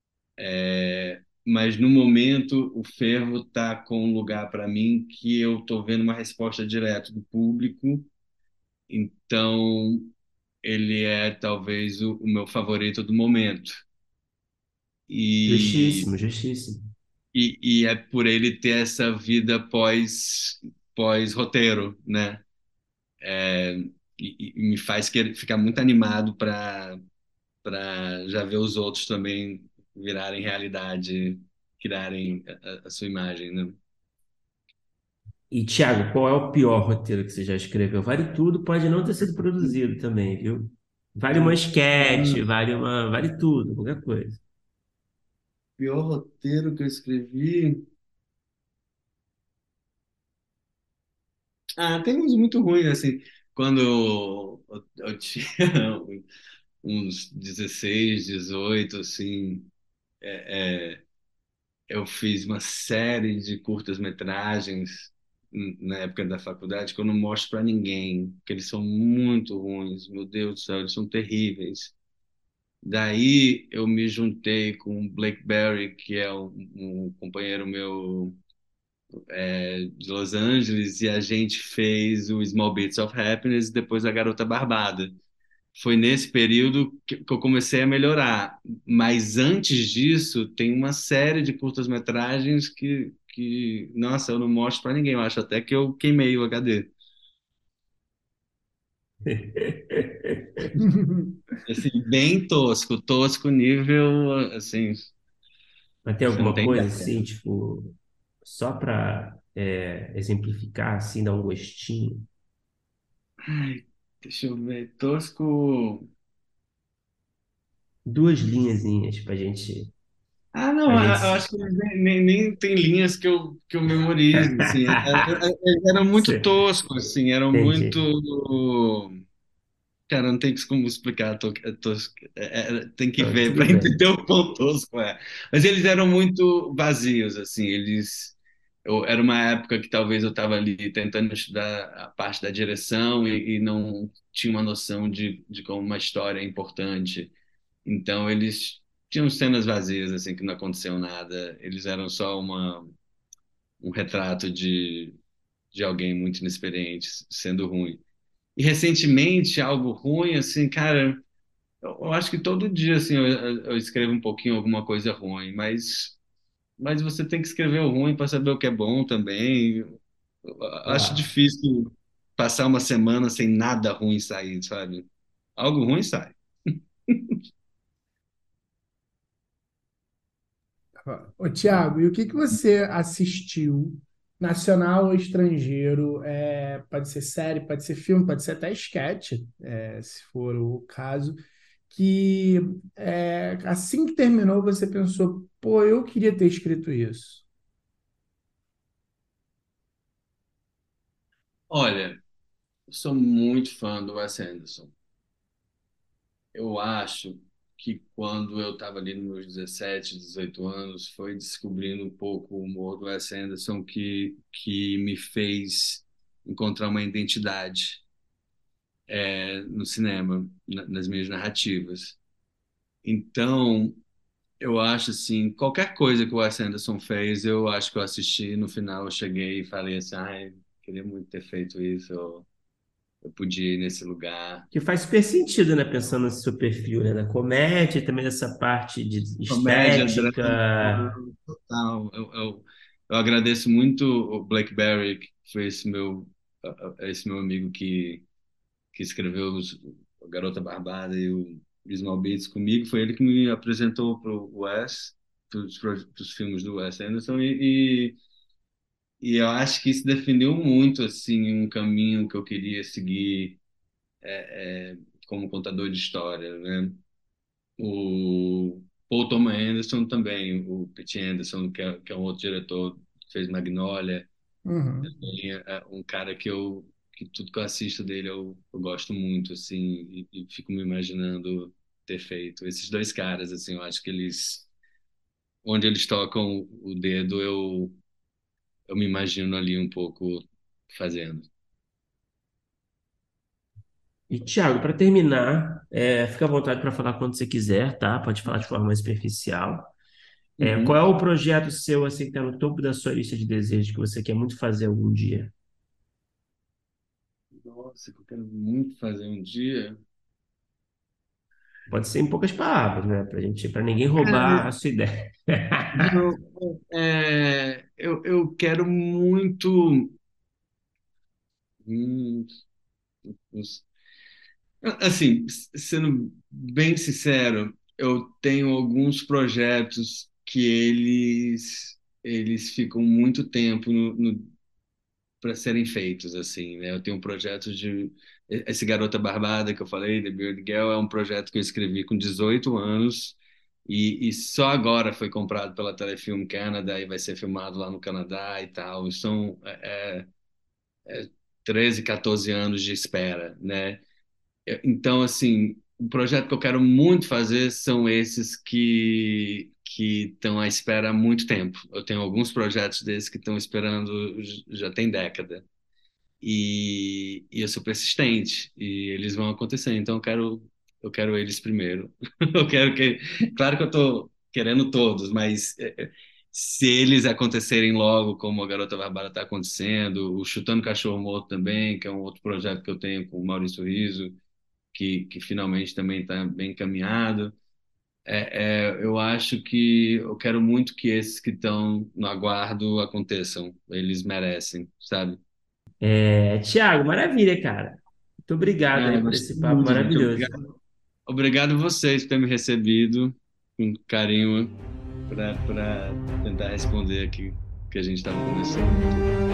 Mas no momento o Fervo está com um lugar para mim que eu estou vendo uma resposta direta do público. Então, ele é talvez o, o meu favorito do momento. E, Justíssimo, justíssimo. e, e é por ele ter essa vida pós, pós-roteiro, né? É, e, e me faz querer, ficar muito animado para para já ver os outros também virarem realidade, criarem a, a sua imagem, né? E, Thiago, qual é o pior roteiro que você já escreveu? Vale tudo, pode não ter sido produzido também, viu? Vale uma esquete, Hum, vale uma, vale tudo, qualquer coisa. pior roteiro que eu escrevi. Ah, tem uns muito ruins, assim. Quando eu, eu tinha uns dezesseis, dezoito, assim, é, é, eu fiz uma série de curtas-metragens n- na época da faculdade que eu não mostro para ninguém, porque eles são muito ruins, meu Deus do céu, eles são terríveis. Daí eu me juntei com o Blackberry, que é um, um companheiro meu de Los Angeles, e a gente fez o Small Bits of Happiness e depois a Garota Barbada. Foi nesse período que, que eu comecei a melhorar. Mas antes disso, tem uma série de curtas-metragens que, que, nossa, eu não mostro para ninguém. Eu acho até que eu queimei o H D. Assim, bem tosco, tosco nível, assim, Mas tem você não alguma tem coisa ideia. assim, tipo, só para exemplificar, assim, dar um gostinho? Ai, deixa eu ver, tosco. Duas linhazinhas pra gente, Ah, não, pra a- eu gente. acho que nem, nem, nem tem linhas que eu, que eu memorizo, assim. É- é- é- Era muito Cê- tosco, assim, era muito. Entendi. Cara, não tem como explicar. to- é tosco. É- é- tem que Não, ver tudo para bem. entender o quão tosco é. Mas eles eram muito vazios, assim. Eles. Eu, era uma época que talvez eu estava ali tentando estudar a parte da direção e, e não tinha uma noção de, de como uma história é importante. Então eles tinham cenas vazias, assim, que não aconteceu nada. Eles eram só uma, um retrato de, de alguém muito inexperiente sendo ruim. E recentemente, algo ruim, assim, cara. Eu, eu acho que todo dia, assim, eu, eu escrevo um pouquinho alguma coisa ruim, mas, mas você tem que escrever o ruim para saber o que é bom também. Eu acho Claro. difícil passar uma semana sem nada ruim sair, sabe? Algo ruim sai. Ô, Tiago, e o que que você assistiu, nacional ou estrangeiro? É, pode ser série, pode ser filme, pode ser até esquete, é, se for o caso, que é, assim que terminou você pensou, pô, eu queria ter escrito isso. Olha, eu sou muito fã do Wes Anderson. Eu acho que quando eu estava ali nos meus dezessete, dezoito anos, foi descobrindo um pouco o humor do Wes Anderson que, que me fez encontrar uma identidade é, no cinema, na- nas minhas narrativas. Então, eu acho assim, qualquer coisa que o Wes Anderson fez, eu acho que eu assisti, no final eu cheguei e falei assim, ai, queria muito ter feito isso, eu, eu podia ir nesse lugar. Que faz super sentido, né? Pensando nesse seu perfil, né? Da comédia, e também dessa parte de Comédia, drama, estética. total. Eu, eu, eu agradeço muito o Blackberry, que foi esse meu, esse meu amigo que, que escreveu os, o Garota Barbada e o Small Beats comigo. Foi ele que me apresentou para o Wes, para os filmes do Wes Anderson. E, e, e eu acho que isso definiu muito assim um caminho que eu queria seguir é, é, como contador de história, né? O Paul Thomas Anderson também, o Pete Anderson, que é, que é um outro diretor que fez Magnolia, Uhum. também é é um cara que eu que tudo que eu assisto dele eu, eu gosto muito, assim, e, e fico me imaginando ter feito. Esses dois caras, assim, eu acho que eles, onde eles tocam o dedo, eu, eu me imagino ali um pouco fazendo. E, Thiago, para terminar, é, fica à vontade para falar quando você quiser, tá? Pode falar de forma mais superficial. É, qual é Uhum. o projeto seu, assim, que está no topo da sua lista de desejos que você quer muito fazer algum dia? Nossa, que eu quero muito fazer um dia. Pode ser em poucas palavras, né? Para gente, para ninguém roubar a sua ideia. Não, é, eu, eu quero muito. Hum, os- assim, sendo bem sincero, eu tenho alguns projetos que eles eles ficam muito tempo para serem feitos, assim, né? Eu tenho um projeto de esse Garota Barbada que eu falei, The Beard Girl, é um projeto que eu escrevi com dezoito anos. E, e só agora foi comprado pela Telefilm Canada e vai ser filmado lá no Canadá e tal. E são é, é, treze, quatorze anos de espera, né? Então, assim, o projeto que eu quero muito fazer são esses que que estão à espera há muito tempo. Eu tenho alguns projetos desses que estão esperando já tem década. E, e eu sou persistente e eles vão acontecer. Então eu quero eu quero eles primeiro. Eu quero que, claro que eu tô querendo todos, mas é, é, se eles acontecerem logo, como a Garota Barbara está acontecendo, o Chutando Cachorro Morto também, que é um outro projeto que eu tenho com o Maurício Riso, que, que finalmente também está bem encaminhado. É, é, eu acho que eu quero muito que esses que estão no aguardo aconteçam. Eles merecem, sabe? É, Thiago, maravilha, cara. Muito obrigado Ah, aí eu por gostei esse papo muito, gente. maravilhoso. Obrigado, obrigado vocês por terem me recebido com carinho para para tentar responder aqui o que a gente estava conversando.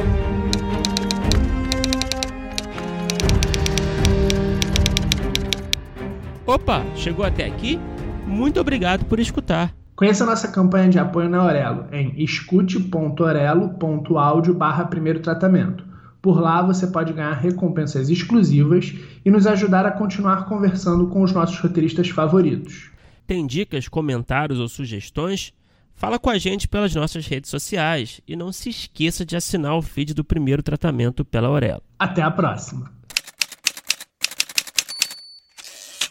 Opa, chegou até aqui? Muito obrigado por escutar. Conheça a nossa campanha de apoio na Aurelo em escute.orelo.audio barra primeiro tratamento. Por lá você pode ganhar recompensas exclusivas e nos ajudar a continuar conversando com os nossos roteiristas favoritos. Tem dicas, comentários ou sugestões? Fala com a gente pelas nossas redes sociais e não se esqueça de assinar o feed do Primeiro Tratamento pela Aurelo. Até a próxima!